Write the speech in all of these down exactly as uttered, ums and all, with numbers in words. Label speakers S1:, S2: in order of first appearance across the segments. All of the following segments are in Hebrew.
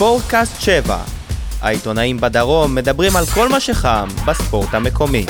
S1: ספורטקאסט שבע. העיתונאים בדרום מדברים על כל מה שחם בספורט המקומי.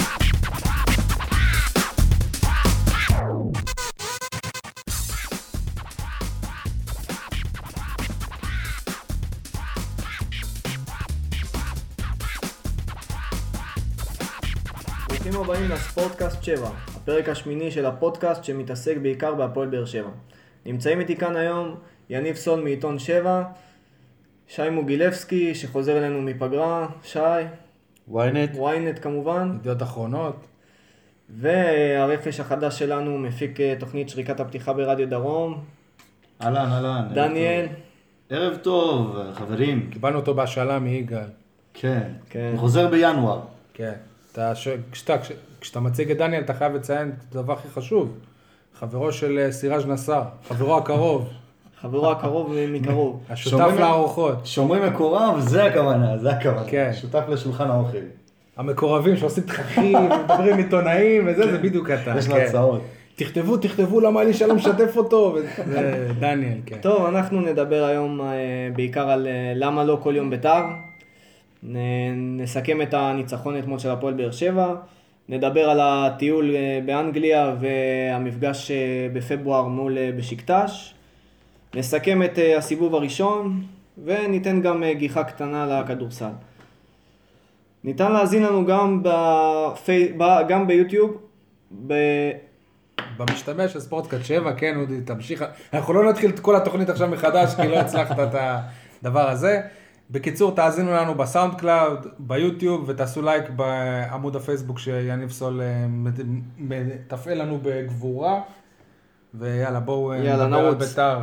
S2: ברוכים הבאים לספורטקאסט שבע, הפרק השמיני של הפודקאסט שמתעסק בעיקר בהפועל באר שבע. נמצאים איתי כאן היום יניב סול מעיתון שבע, שי מוגילבסקי שחוזר אלינו מפגרה, שי,
S3: וויינט,
S2: וויינט כמובן,
S3: ידיעות אחרונות,
S2: והרפש החדש שלנו מפיק תוכנית שריקת הפתיחה ברדיו דרום,
S4: אהלן, אהלן.
S2: דניאל.
S4: ערב טוב, חברים.
S3: קיבלנו אותו בהשאלה מיגאל.
S4: כן,
S2: כן.
S4: הוא חוזר בינואר.
S3: כן, אתה, ש... כשאתה, כש... כשאתה מציג את דניאל אתה חייב לציין את הדבר הכי חשוב, חברו של סיראז' נסאר, חברו הקרוב.
S2: חברו הקרוב מקרוב.
S3: השותף לארוחות.
S4: שומרים מקורב, זה הכוונה, זה הכוונה.
S3: כן.
S4: שותף לשולחן האוכל.
S3: המקורבים שעושים תככים, מדברים עיתונאים וזה, זה בדיוק אתה.
S4: יש לו הצעות.
S3: תכתבו, תכתבו למה אלי שלום משתף אותו, זה דניאל, כן.
S2: טוב, אנחנו נדבר היום בעיקר על למה לא כל יום בית"ר. נסכם את הניצחון אתמול של הפועל באר שבע. נדבר על הטיול באנגליה והמפגש בפברואר מול בשיקטש. נסכם את הסיבוב הראשון וניתן גם גיחה קטנה לכדורסל. ניתן להזין לנו גם, בפי... גם ביוטיוב. ב...
S3: במשתמש של ספורטקאסט שבע, כן אודי, תמשיך. אנחנו לא נתחיל את כל התוכנית עכשיו מחדש כי לא הצלחת את הדבר הזה. בקיצור, תאזינו לנו בסאונד קלאוד, ביוטיוב, ותעשו לייק בעמוד הפייסבוק שיניב סול מתפעל לנו בגבורה. ויאללה, בואו נדבר על בית"ר.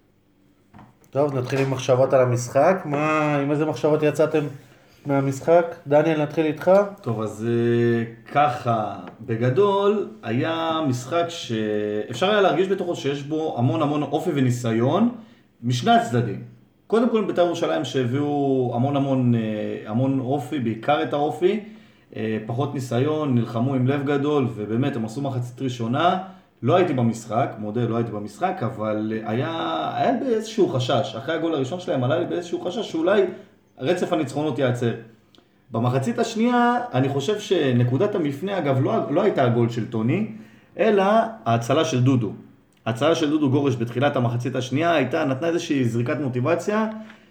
S5: טוב, נתחיל עם מחשבות על המשחק. מה, עם איזה מחשבות יצאתם מהמשחק? דניאל, נתחיל איתך.
S4: טוב, אז ככה, בגדול היה משחק שאפשר היה להרגיש בתוכו שיש בו המון המון אופי וניסיון משני הצדדים. קודם כל בית"ר ירושלים שהביאו המון המון המון אופי, בעיקר את האופי, פחות ניסיון, נלחמו עם לב גדול ובאמת הם עשו מחצית ראשונה. לא הייתי במשחק, מודה, לא הייתי במשחק, אבל היה, היה באיזשהו חשש. אחרי הגול הראשון שלהם עלה לי באיזשהו חשש שאולי רצף הניצחונות ייעצר. במחצית השנייה, אני חושב שנקודת המפנה, אגב, לא, לא הייתה הגול של טוני, אלא ההצלה של דודו. ההצלה של דודו גורש בתחילת המחצית השנייה הייתה, נתנה איזושהי זריקת מוטיבציה,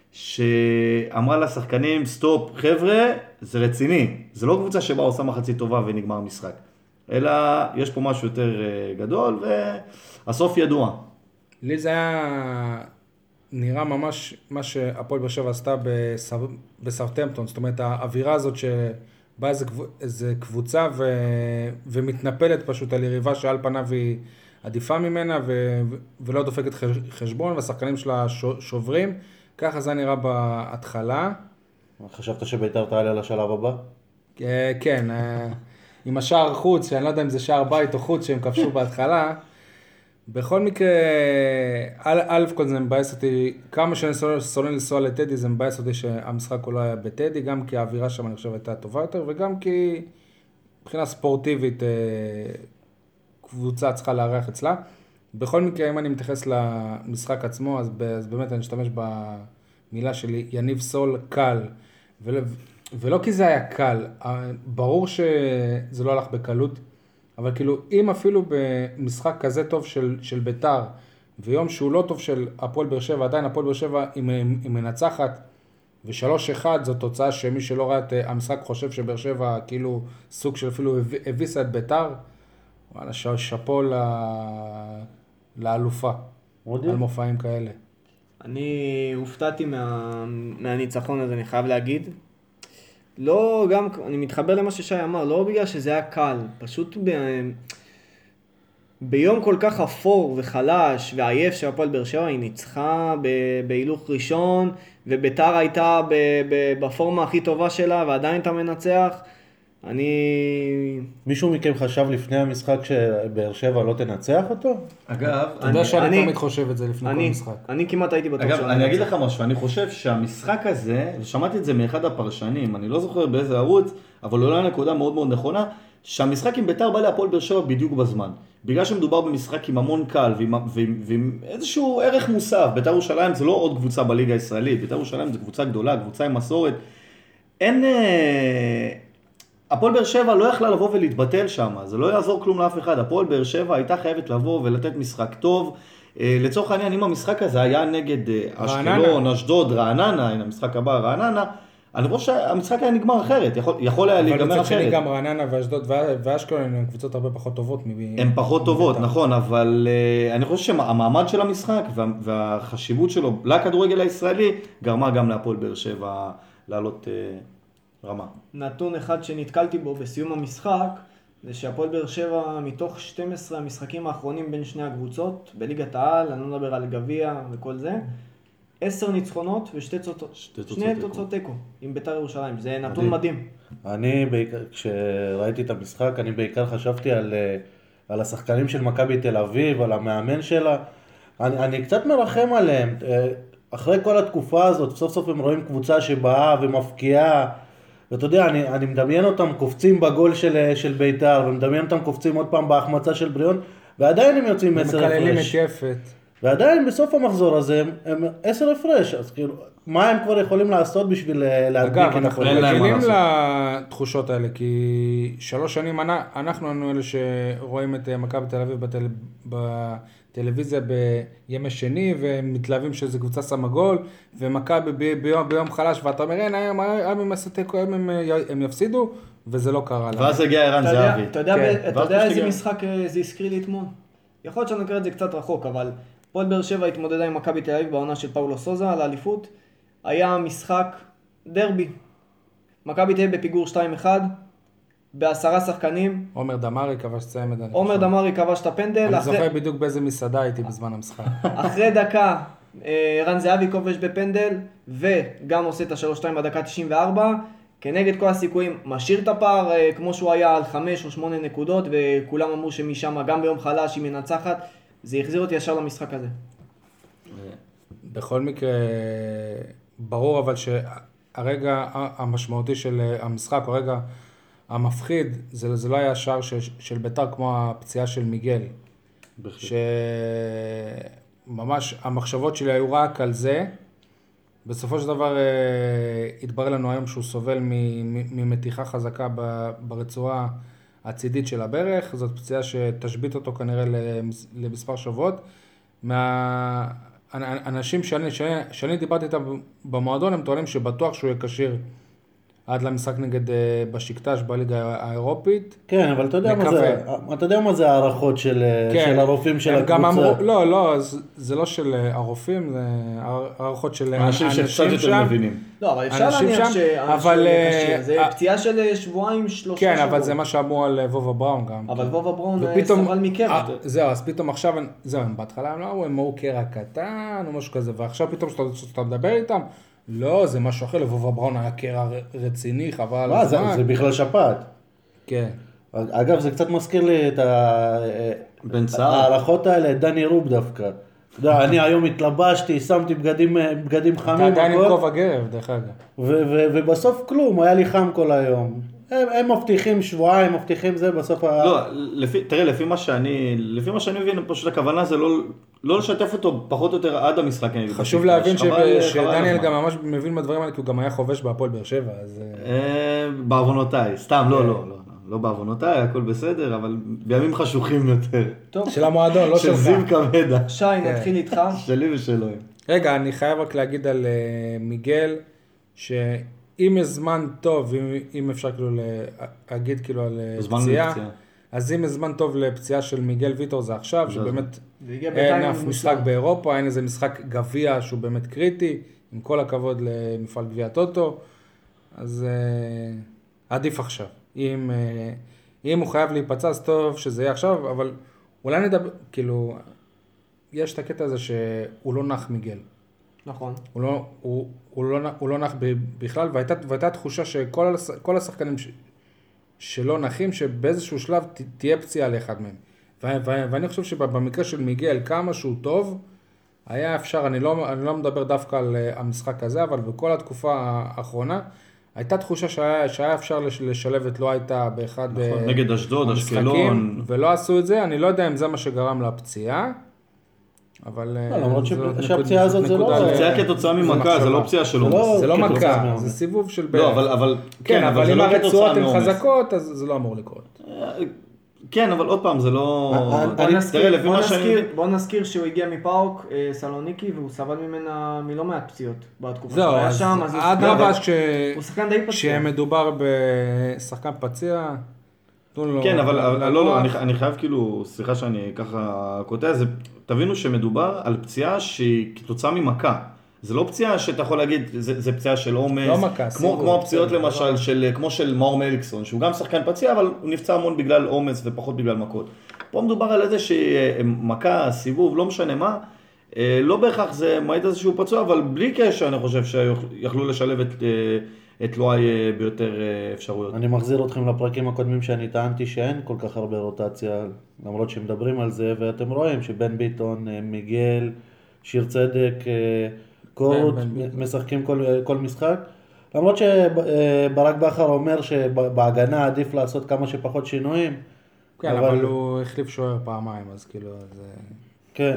S4: שאמרה לשחקנים, סטופ, חבר'ה, זה רציני. זה לא קבוצה שבה עושה מחצית טובה ונגמר המשחק. אלא יש פה משהו יותר גדול, והסוף ידוע. לי
S3: זה היה נראה ממש מה שהפועל באר שבע עשתה בסאות'המפטון, זאת אומרת האווירה הזאת שבאה איזו קבוצה ו... ומתנפלת פשוט על יריבה שעל פניו היא עדיפה ממנה ו... ולא דופקת חשבון, והשחקנים שלה שוברים, ככה זה נראה בהתחלה.
S5: חשבת שבית"ר תעלה לשלב הבא?
S3: כן, עם השער חוץ, שאני לא יודע אם זה שער בית או חוץ שהם כבשו בהתחלה. בכל מקרה, א' כל זה מבאס אותי, כמה שאני סולן לנסוע לטדי, זה מבאס אותי שהמשחק לא היה בטדי, גם כי האווירה שם אני חושב הייתה טובה יותר, וגם כי מבחינה ספורטיבית קבוצה צריכה לארח אצלה. בכל מקרה, אם אני מתייחס למשחק עצמו, אז באמת אני אשתמש במילה שלי, יניב סול קל, ולא... ולא כי זה היה קל, ברור שזה לא הלך בקלות, אבל כאילו אם אפילו במשחק כזה טוב של, של בית"ר, ויום שהוא לא טוב של הפועל באר שבע, עדיין הפועל באר שבע היא, היא מנצחת, ושלוש אחד זו תוצאה שמי שלא ראה את המשחק חושב שבאר שבע כאילו סוג של אפילו הביסה את בית"ר, וואלה שפו לאלופה, על מופעים כאלה.
S2: אני הופתעתי מה, מהניצחון הזה, אני חייב להגיד. לא, גם, אני מתחבר למה ששי אמר, לא בגלל שזה היה קל, פשוט ב... ביום כל כך אפור וחלש ועייף של הפועל באר שבע, היא ניצחה ב... בהילוך ראשון, ובית"ר הייתה ב... ב... בפורמה הכי טובה שלה, ועדיין אתה מנצח, אני...
S5: מישהו מכם חשב לפני המשחק שבאר שבע לא תנצח אותו?
S4: אגב,
S3: אתה יודע שאני
S2: אני-
S3: תמיד חושב את זה לפני כל
S2: אני,
S3: משחק.
S2: אני כמעט הייתי בטוח
S4: אגב,
S2: שלא
S4: אני אגיד
S2: ננצח.
S4: לך משהו, אני חושב שהמשחק הזה, ושמעתי את זה מאחד הפרשנים, אני לא זוכר באיזה ערוץ, אבל הוא עולה נקודה מאוד מאוד נכונה, שהמשחק עם ביתר בא להפועל באר שבע בדיוק בזמן. בגלל שמדובר במשחק עם המון קל ועם, ועם, ועם איזשהו ערך מוסף, ביתר ירושלים זה לא עוד קבוצה בליגה הישראלית, ביתר ירושלים זה קבוצה גדולה, קבוצה עם מסורת. אין... אה, הפועל באר שבע לא יכלה לבוא ולהתבטל שם, זה לא יעזור כלום לאף אחד. הפועל באר שבע הייתה חייבת לבוא ולתת משחק טוב. אה, לצורך העניין, אם המשחק הזה היה נגד אה, אשקלון, אשדוד, רעננה, הנה המשחק הבא, רעננה, אני חושב שהמשחק היה נגמר אחרת, יכול, יכול היה
S3: אבל
S4: להיגמר
S3: מצד שני
S4: אחרת.
S3: גם רעננה ואשדוד ואשקלון הן קבוצות הרבה פחות טובות.
S4: הן פחות טובות, נכון, אבל uh, אני חושב שהמעמד של המשחק וה, והחשיבות שלו לכדורגל הישראלי גרמה גם להפועל באר שבע לעלות uh, רמה.
S2: נתון אחד שנתקלתי בו בסיום המשחק, זה שהפועל באר שבע מתוך שנים עשר המשחקים האחרונים בין שני הקבוצות, בליגת העל, אני לא מדבר על גביע וכל זה, עשר ניצחונות ושתי תוצאות,
S4: שתי
S2: שני
S4: תוצאות
S2: תוצאות תיקו עם ביתר ירושלים, זה נתון מדהים.
S5: אני בעיקר, כשראיתי את המשחק, אני בעיקר חשבתי על, אה, על השחקנים של מכבי תל אביב, על המאמן שלה. אני, אני קצת מרחם עליהם. אה, אחרי כל התקופה הזאת, סוף סוף הם רואים קבוצה שבאה ומפקיעה. ואתה יודע, אני, אני מדמיין אותם קופצים בגול של, של ביתר, ומדמיין אותם קופצים עוד פעם בהחמצה של בריאון, ועדיין הם יוצאים עשר
S3: מקללים
S5: הפרש.
S3: את יפת.
S5: ועדיין בסוף המחזור הזה הם, הם עשר הפרש, אז כאילו, מה הם כבר יכולים לעשות בשביל אה, להדביק
S3: אגב,
S5: את
S3: אנחנו
S5: הפועל?
S4: אין להם מה
S3: רגילים
S4: לעשות.
S3: לתחושות האלה, כי שלוש שנים אנ- אנחנו היינו אלה שרואים את אה, מכבי תל אביב בטל... בטלוויזיה בימי שני, ומתלהבים שזה קבוצה שמה גול, ומכבי ב... ביום, ביום חלש, ואתה אומר, אין, היום היום הם יעשו תיקו, היום הם, הם יפסידו, וזה לא קרה להם.
S4: ואז הגיע ערן
S2: אתה יודע,
S4: זהבי.
S2: אתה יודע,
S3: כן.
S2: ב- אתה
S4: ואז
S2: יודע
S4: פשוט
S2: איזה
S4: הגיע.
S2: משחק אה, זה הזכיר לי אתמול? יכול להיות שאני אקרא את זה קצת רחוק, אבל הפועל באר שבע התמודדה עם מכבי תל אביב בעונה של פאולו סוזה על האליפות. היה משחק דרבי. מכבי תל אביב בפיגור שתיים אחד, בעשרה שחקנים.
S3: עומר דמארי כבש צמד. אני
S2: עומר
S3: חושב.
S2: דמארי כבש את הפנדל.
S3: אני
S2: אחרי-
S3: זוכר בדיוק באיזה מסעדה הייתי בזמן המשחק.
S2: אחרי דקה אה, רן זהבי כובש בפנדל, וגם עושה את השלוש שתיים בדקה תשעים וארבע. כנגד כל הסיכויים משאיר את הפער אה, כמו שהוא היה על חמש או שמונה נקודות, וכולם אמרו שמשם גם ביום חלש היא מנצחת. זה החזיר אותי ישר למשחק הזה.
S3: בכל מקרה, ברור אבל שהרגע המשמעותי של המשחק, הרגע המפחיד, זה, זה לא היה השער של, של ביתר כמו הפציעה של מיגל. שממש המחשבות שלי היו רק על זה. בסופו של דבר התברר לנו היום שהוא סובל ממתיחה חזקה ברצועה הצידית של הברך. זאת פציעה שתשבית אותו כנראה למספר שבועות. מה... אנשים שאני, שאני, שאני דיברתי איתם במועדון, הם טוענים שבטוח שהוא יהיה כשיר עד למשחק נגד בשיקטש בליגה האירופית.
S5: כן, אבל אתה יודע, מה זה, אתה יודע מה זה הערכות של,
S3: כן,
S5: של הרופאים של הקבוצה?
S3: גם אמרו, לא, לא, זה, זה לא של הרופאים, זה הערכות של
S4: אנשים שקצת יותר מבינים.
S2: לא, אבל אפשר
S3: אנשים
S2: להניח
S3: שם,
S2: שאנשים
S3: אבל,
S2: קשים.
S3: אה,
S2: זה
S3: אה,
S2: פציעה של שבועיים, שלושה
S3: כן,
S2: שבועות.
S3: אבל זה מה שאמרו על וובה בראון גם.
S2: אבל וובה בראון אה,
S3: ופתאום,
S2: סבל מקרע.
S3: אה, זהו, אז פתאום עכשיו, זהו, הם בהתחלה הם לא אמרו, הם אמרו קרע קטן או משהו כזה, ועכשיו פתאום שאתה, שאתה מדבר איתם, לא, זה משהו אחר, לוובה בראון היה קרע רציני, חבל על
S5: מה, זה,
S3: הזמן.
S5: זה בכלל שפעת.
S3: כן.
S5: אגב, זה קצת מזכיר לי את ה-
S4: בן סער.
S5: ההערכות האלה, את דני רוב דווקא. אתה יודע, אני היום התלבשתי, שמתי בגדים, בגדים
S3: אתה
S5: חמים,
S3: עדיין עם
S5: הכל,
S3: כובע גרב, דרך אגב.
S5: ו- ו- ובסוף כלום, היה לי חם כל היום. הם, הם מבטיחים שבועיים, מבטיחים זה, בסוף ה...
S4: לא, לפי, תראה, לפי מה שאני, לפי מה שאני מבין, פשוט הכוונה זה לא, לא לשתף אותו פחות או יותר עד המשחק.
S3: חשוב להבין
S4: חבל-
S3: ש-
S4: חבל
S3: שדניאל
S4: הזמן.
S3: גם ממש מבין בדברים האלה, כי הוא גם היה חובש בהפועל באר שבע, אז...
S4: אה, בעוונותיי, סתם, לא, לא, לא, לא בעוונותיי, הכל בסדר, אבל בימים חשוכים יותר.
S2: טוב,
S3: של המועדון, לא
S4: של
S3: שלך.
S4: זיו כבדה,
S2: שי, נתחיל איתך.
S4: שלי ושלו.
S3: רגע, אני חייב רק להגיד על uh, מיגל, שאם יש זמן טוב, אם, אם אפשר כאילו להגיד כאילו על uh,
S4: זמן
S3: פציעה,
S4: לפציעה.
S3: אז אם יש זמן טוב לפציעה של מיגל ויטור זה עכשיו,
S4: זה
S3: שבאמת
S2: זה הגיע
S3: אין
S2: בטיימינג
S3: אף
S2: מושלם.
S3: משחק באירופה, אין איזה משחק גביע שהוא באמת קריטי, עם כל הכבוד למפעל גביע טוטו, אז uh, עדיף עכשיו. אם, uh, אם הוא חייב להיפצע, אז טוב שזה יהיה עכשיו, אבל אולי נדבר, כאילו, יש את הקטע הזה שהוא לא נח מיגל.
S2: נכון.
S3: הוא לא, הוא, הוא לא, הוא לא נח ב- בכלל, והייתה, והייתה תחושה שכל הס- כל השחקנים ש, שלא נחים, שבאיזשהו שלב ת, תהיה פציעה לאחד מהם. ו- ו- ואני חושב שבמקרה של מיגל, כמה שהוא טוב, היה אפשר, אני לא, אני לא מדבר דווקא על המשחק הזה, אבל בכל התקופה האחרונה, הייתה תחושה שהיה, שהיה אפשר לשלב את לא הייתה באחד
S4: נכון, נגד אשדוד, אשקלון.
S3: ולא עשו את זה, אני לא יודע אם זה מה שגרם לפציעה, אבל...
S5: לא, למרות שהפציעה הזאת זה לא...
S4: זה פציעה כתוצאה ממכה, זה לא פציעה של עומס.
S3: זה לא מכה, זה סיבוב של...
S4: לא, אבל...
S3: כן, אבל אם הרצועות הן חזקות, אז זה לא אמור לקרות.
S4: כן, אבל עוד פעם, זה לא...
S2: בוא נזכיר שהוא הגיע מפאוק סלוניקי, והוא סבל ממנה מלא מעט פציעות בתקופה.
S3: זהו, עד רבה כשמדובר בשחקן פציע...
S4: כן, אבל לא, לא, אני חייב כאילו, סליחה שאני ככה קוטע, תבינו שמדובר על פציעה שהיא כתוצאה ממכה. זה לא פציעה שאתה יכול להגיד, זה פציעה של עומס,
S3: לא מכה,
S4: כמו הפציעות למשל, כמו של מאור מליקסון, שהוא גם שחקן פציע, אבל הוא נפצע המון בגלל עומס ופחות בגלל מכות. פה מדובר על איזושהי מכה, סיבוב, לא משנה מה, לא בהכרח זה מעיד איזשהו פצוע, אבל בלי קשר אני חושב שיכלו לשלב את... את לואי ביותר אפשרויות.
S5: אני מחזיר אתכם לפרקים הקודמים שאני טענתי שאין כל כך הרבה רוטציה, למרות שמדברים על זה, ואתם רואים שבן ביטון, מיגל, שיר צדק, קורות, משחקים כל, כל משחק. למרות שברק בכר אומר שבהגנה עדיף לעשות כמה שפחות שינויים.
S3: כן, אבל, אבל הוא החליף שוער פעמיים, אז כאילו זה...
S5: כן.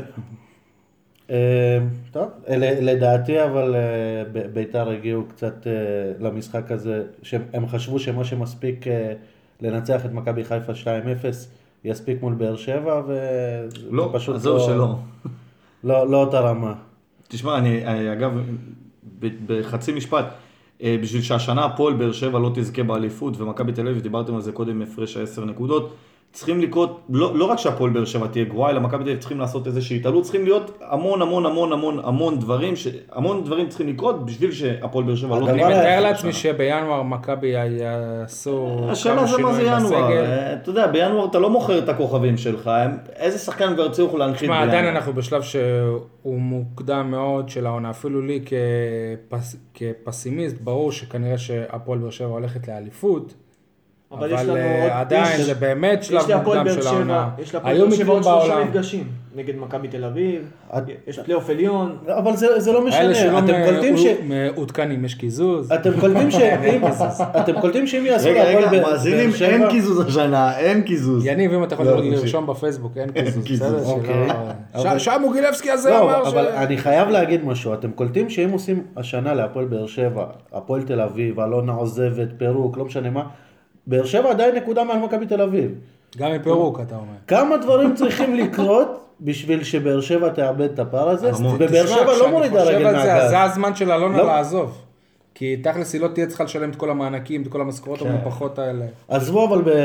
S5: טוב, לדעתי אבל בית"ר הגיעו קצת למשחק הזה, שהם חשבו שמה שמספיק לנצח את מכבי חיפה שתיים אפס יספיק מול באר שבע,
S4: לא, אז זהו שלא.
S5: לא אותה רמה.
S4: תשמע, אני אגב, בחצי משפט, בשביל שהשנה הפועל באר שבע לא תזכה באליפות, ומכבי תל אביב, דיברתם על זה קודם, הפרש עשר נקודות, צריכים לקרות, לא, לא רק שהפועל באר שבע תהיה גרועה, אלא מכבי תל אביב צריכים לעשות איזושהי התעלות, צריכים להיות המון המון המון המון המון דברים, ש... המון דברים צריכים לקרות בשביל שהפועל באר שבע לא...
S3: אני מתאר לעצמי שבינואר מכבי יעשו כמה
S4: השאלה זה מה זה
S3: שינויים
S4: ינואר,
S3: בסגל.
S4: אתה יודע, בינואר אתה לא מוכר את הכוכבים שלך, איזה שחקן כבר יצליחו להנחית
S3: תשמע,
S4: בינואר?
S3: עדיין אנחנו בשלב שהוא מוקדם מאוד של העונה, אפילו לי כפס... כפסימיסט, ברור שכנראה שהפועל באר שבע הולכת לאליפות, אבל, אבל יש לנו עוד... עדיין יש, זה באמת שלב מוקדם של העונה.
S2: יש להפועל באר שבע עוד שלושה מפגשים. נגד מכבי תל אביב, יש פלייאוף עליון.
S5: אבל זה, זה לא משנה.
S3: אלה שלא מעודכנים, יש קיזוז.
S5: אתם קולטים שאם... אתם קולטים שאם יעשו...
S4: רגע, רגע, מאזינים, אין קיזוז השנה, אין קיזוז.
S3: יניב, אם אתה יכול לרשום בפייסבוק, אין קיזוז. שם מוגילבסקי הזה אמר ש...
S5: אבל אני חייב להגיד משהו. אתם קולטים שאם עושים השנה להפועל באר שבע, הפועל תל אביב, אלונה עוזבת, פירוק, לא משנה מה, באר שבע עדיין נקודה מעל מכבי תל אביב.
S3: גם מפירוק, אתה אומר.
S5: כמה דברים צריכים לקרות בשביל שבאר שבע תאבד את הפער הזה? ובאר שבע לא מורידה רגל מהגז.
S3: זה הזמן של אלונה לעזוב. כי תכלס היא לא תהיה צריכה לשלם את כל המענקים, את כל המשכורות המנופחות האלה.
S5: עזבו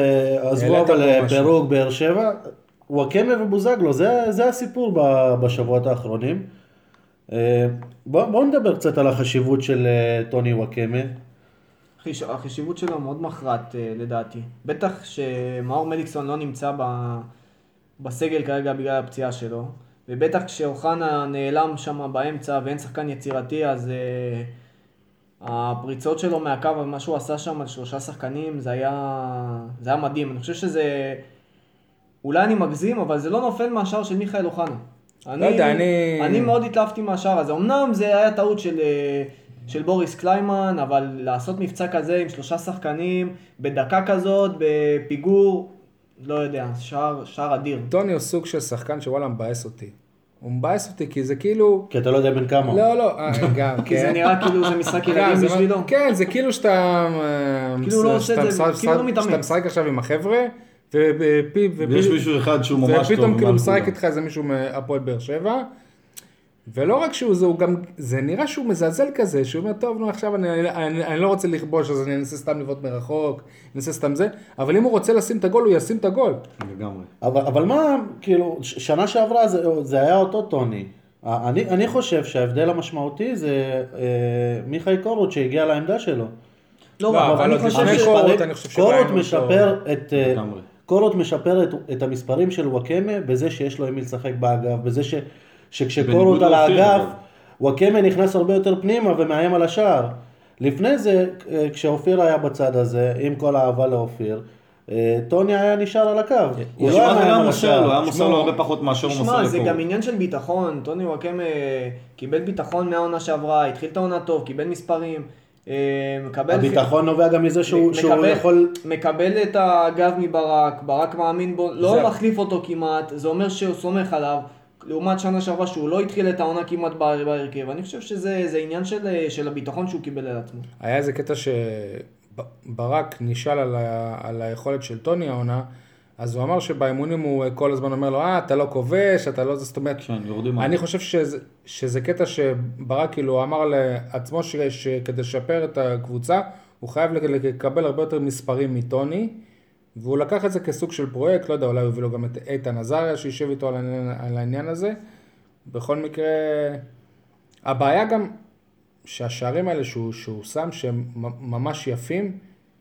S5: אבל פירוק באר שבע, וואקמה ובוזגלו, זה הסיפור בשבועות האחרונים. בואו נדבר קצת על החשיבות של טוני וואקמה.
S2: החשיבות שלו מאוד מכרעת לדעתי. בטח שמאור מליקסון לא נמצא בסגל כרגע בגלל הפציעה שלו, ובטח כשאוחנה נעלם שם באמצע ואין שחקן יצירתי, אז הפריצות שלו מהקו ומה שהוא עשה שם על שלושה שחקנים, זה היה, זה היה מדהים. אני חושב שזה, אולי אני מגזים, אבל זה לא נופל מהשער של מיכאל אוחנה.
S3: לא יודע, אני...
S2: אני מאוד התלהבתי מהשער הזה. אמנם זה היה טעות של... של בוריס קליימן, אבל לעשות מבצע כזה עם שלושה שחקנים, בדקה כזאת, בפיגור, לא יודע, שער, שער אדיר.
S3: טוני הוא סוג של שחקן שוואלה מבאס אותי. הוא מבאס אותי כי זה כאילו...
S5: כי אתה לא יודע בין כמה.
S3: לא, לא, גם,
S2: כי זה נראה כאילו זה משחק ילדים בשבילו.
S3: כן, זה כאילו שאתה...
S2: כאילו לא עושה את זה, כאילו לא מתאמץ.
S3: שאתה משחק עכשיו עם החבר'ה,
S4: ויש מישהו אחד שהוא ממש טוב.
S3: ופתאום כאילו משחק איתך איזה מישהו מהפועל באר שבע, ולא רק שהוא זה, הוא גם, זה נראה שהוא מזלזל כזה, שהוא אומר, טוב, נו, עכשיו אני, אני, אני לא רוצה לכבוש, אז אני אנסה סתם לבעוט מרחוק, אנסה סתם זה, אבל אם הוא רוצה לשים את הגול, הוא ישים את הגול.
S4: לגמרי.
S5: אבל, אבל מה, כאילו, שנה שעברה זה, זה היה אותו טוני. אני, אני חושב שההבדל המשמעותי זה אה, מיכאי קורות שהגיע לעמדה שלו.
S3: לא, לא אבל אני חושב
S5: שקורות משפר את... קורות משפר את, את המספרים של וואקמה בזה שיש לו אמי לשחק באגף, בזה ש... שכשקורות על האגף, וואקמה נכנס הרבה יותר פנימה ומאיים על השער. לפני זה, כשאופיר היה בצד הזה, עם כל האהבה לאופיר, טוני היה נשאר על הקו.
S4: הוא לא היה מוסר לו, היה מוסר לו הרבה פחות מאשר הוא מוסר
S2: תשמע,
S4: לקורות.
S2: זה גם עניין של ביטחון. טוני וואקמה קיבל ביטחון מהעונה שעברה, התחיל את העונה טוב, קיבל מספרים. מקבל...
S5: הביטחון נובע גם מזה שהוא, שהוא
S2: מקבל,
S5: יכול...
S2: מקבל את הגב מברק, ברק מאמין בו, לא
S3: זה...
S2: מחליף אותו כמעט, זה אומר שהוא סומך עליו, לעומת שנה שעברה שהוא לא התחיל את העונה כמעט בהרכב. אני חושב שזה זה עניין של, של הביטחון שהוא קיבל על עצמו.
S3: היה איזה קטע שברק נשאל על, ה... על היכולת של טוני העונה, אז הוא אמר שבאימונים הוא כל הזמן אומר לו, אה, אתה לא כובש, אתה לא... זאת אומרת,
S4: כן, יורדים
S3: אני חושב שזה, שזה קטע שברק כאילו אמר לעצמו ש... שכדי לשפר את הקבוצה, הוא חייב לקבל הרבה יותר מספרים מטוני, והוא לקח את זה כסוג של פרויקט, לא יודע, אולי הוא הביא לו גם את איתן עזריה שישב איתו על העניין, על העניין הזה. בכל מקרה, הבעיה גם שהשערים האלה שהוא, שהוא שם, שהם ממש יפים,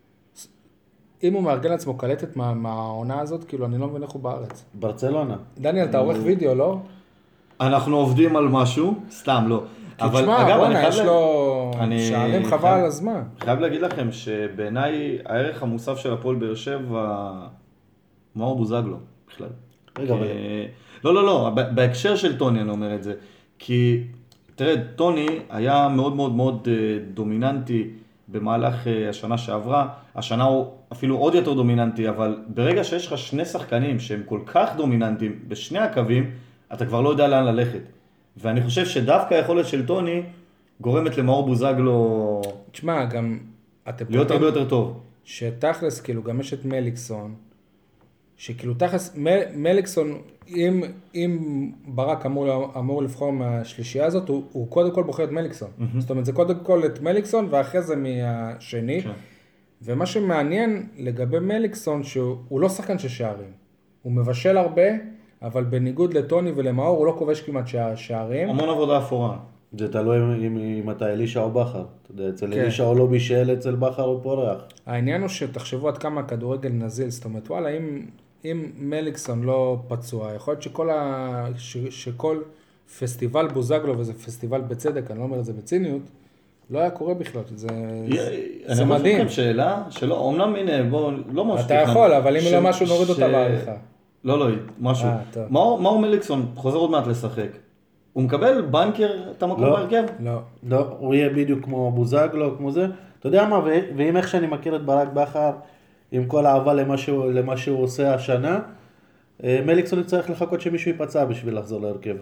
S3: אם הוא מארגן לעצמו קלטת מה, מהעונה הזאת, כאילו אני לא מבין איך הוא בארץ.
S5: ברצלונה.
S3: דניאל, אתה עורך וידאו, לא?
S4: אנחנו עובדים על משהו, סתם לא.
S3: כי תשמע, בוא'נה, יש לו שערים חבל על הזמן.
S4: חייב להגיד לכם שבעיניי הערך המוסף של הפועל באר שבע, מאור בוזגלו בכלל.
S5: רגע, אבל...
S4: לא, לא, לא, בהקשר של טוני אני אומר את זה. כי, תראה, טוני היה מאוד מאוד מאוד דומיננטי במהלך השנה שעברה. השנה הוא אפילו עוד יותר דומיננטי, אבל ברגע שיש לך שני שחקנים שהם כל כך דומיננטיים בשני הקווים, אתה כבר לא יודע לאן ללכת. ואני חושב שדווקא היכולת של טוני גורמת למאור בוזגלו
S3: תשמע, גם...
S4: להיות הרבה יותר טוב.
S3: שתכלס, כאילו, גם יש את מליקסון, שכאילו תכלס, מל, מליקסון, אם, אם ברק אמור, אמור לבחור מהשלישייה הזאת, הוא, הוא קודם כל בוחר את מליקסון. Mm-hmm. זאת אומרת, זה קודם כל את מליקסון, ואחרי זה מהשני. כן. ומה שמעניין לגבי מליקסון, שהוא לא שחקן של שערים. הוא מבשל הרבה, אבל בניגוד לטוני ולמאור, הוא לא כובש כמעט שערים.
S4: המון עבודה אפורה.
S5: זה תלוי אם, אם אתה אלישה או בחר. אתה יודע, אצל כן. אלישה או לא בישל, אצל בחר או פורח.
S3: העניין הוא שתחשבו עד כמה הכדורגל נזיל, זאת אומרת, וואלה, אם, אם מליקסון לא פצוע, יכול להיות שכל, ה... ש... שכל פסטיבל בוזגלו, וזה פסטיבל בצדק, אני לא אומר את זה בציניות, לא היה קורה בכלל, זה,
S4: י... זה מדהים. אני חושב שאלה, שלא, אומנם הנה, בוא, לא משהו.
S3: אתה יכול, אבל אם ש... לא משהו נוריד ש... אותה בעריכה.
S4: לא, לא, משהו. מאור מליקסון חוזר עוד מעט לשחק. הוא מקבל בנקר את המקום בהרכב?
S3: לא.
S5: לא, הוא יהיה בדיוק כמו בוזגלו, כמו זה. אתה יודע מה, ואם איך שאני מכיר את ברק בכר, עם כל האהבה למה שהוא עושה השנה, מליקסון צריך לחכות שמישהו ייפצע בשביל לחזור להרכב.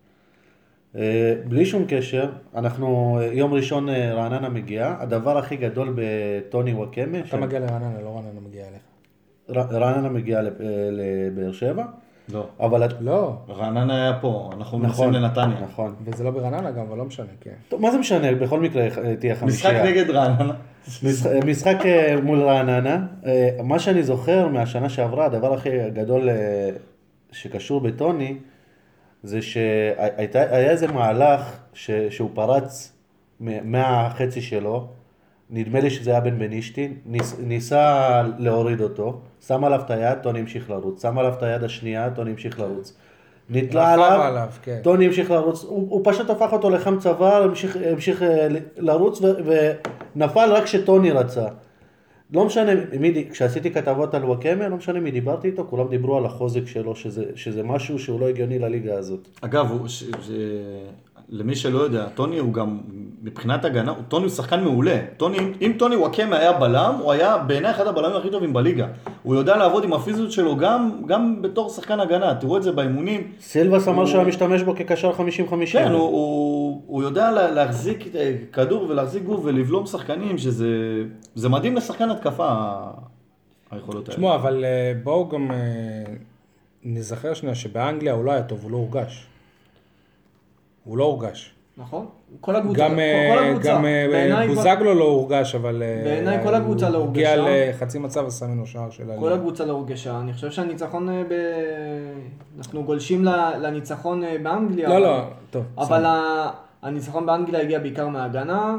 S5: בלי שום קשר, אנחנו יום ראשון רעננה מגיעה, הדבר הכי גדול בטוני וואקמה.
S3: אתה מגיע לרעננה, לא רעננה מגיע אליך.
S5: רעננה מגיעה לבאר שבע.
S4: לא.
S5: אבל...
S3: לא.
S4: רעננה היה פה, אנחנו
S5: נכון,
S4: מנסים לנתניה.
S5: נכון.
S3: וזה לא ברעננה גם, אבל לא משנה, כן.
S5: טוב, מה זה משנה? בכל מקרה תהיה חמישייה.
S4: משחק נגד רעננה.
S5: משחק מול רעננה. מה שאני זוכר מהשנה שעברה, הדבר הכי גדול שקשור בטוני, זה שהיה איזה מהלך שהוא פרץ מהחצי שלו, נדמה לי שזה היה בן בנישתי, ניס, ניסה להוריד אותו, שם עליו את היד, טוני המשיך לרוץ, שם עליו את היד השנייה, טוני המשיך לרוץ. נתלה עליו,
S3: עליו כן.
S5: טוני המשיך לרוץ, הוא, הוא פשוט הפך אותו לחם צוואר, המשיך, המשיך לרוץ ו, ונפל רק שטוני רצה. לא משנה, מי, כשעשיתי כתבות על וואקמה, לא משנה מי דיברתי איתו, כולם דיברו על החוזק שלו, שזה, שזה משהו שהוא לא הגיוני לליגה הזאת.
S4: אגב, הוא, ש, ש, למי שלא יודע, טוני הוא גם, מבחינת הגנה, טוני הוא שחקן מעולה. טוני, אם טוני וואקמה היה בלם, הוא היה בעיניי אחד הבלמים הכי טובים בליגה. הוא יודע לעבוד עם הפיזיות שלו גם, גם בתור שחקן הגנה. תראו את זה באימונים.
S5: סילבס אמר שהוא משתמש בו כקשר חמישים חמישים.
S4: כן, הוא, הוא, הוא יודע להחזיק כדור ולהחזיק גוף ולבלום שחקנים, שזה זה מדהים לשחקן התקפה, היכולות האלה.
S3: תשמעו, אבל בואו גם נזכר שנייה שבאנגליה הוא לא היה טוב, הוא לא הורגש. הוא לא הורגש.
S2: נכון. כל הקבוצה.
S3: גם,
S2: כל הקבוצה.
S3: גם בוזגלו לא הורגש, אבל...
S2: בעיניי כל הקבוצה לא הורגשה.
S3: הוא הגיע לחצי מצב עשה ממנו שער של העלייה.
S2: כל הקבוצה לא הורגשה. אני חושב שהניצחון ב... אנחנו גולשים לניצחון באנגליה.
S3: לא, לא, טוב.
S2: אבל הניצחון באנגליה הגיע בעיקר מההגנה,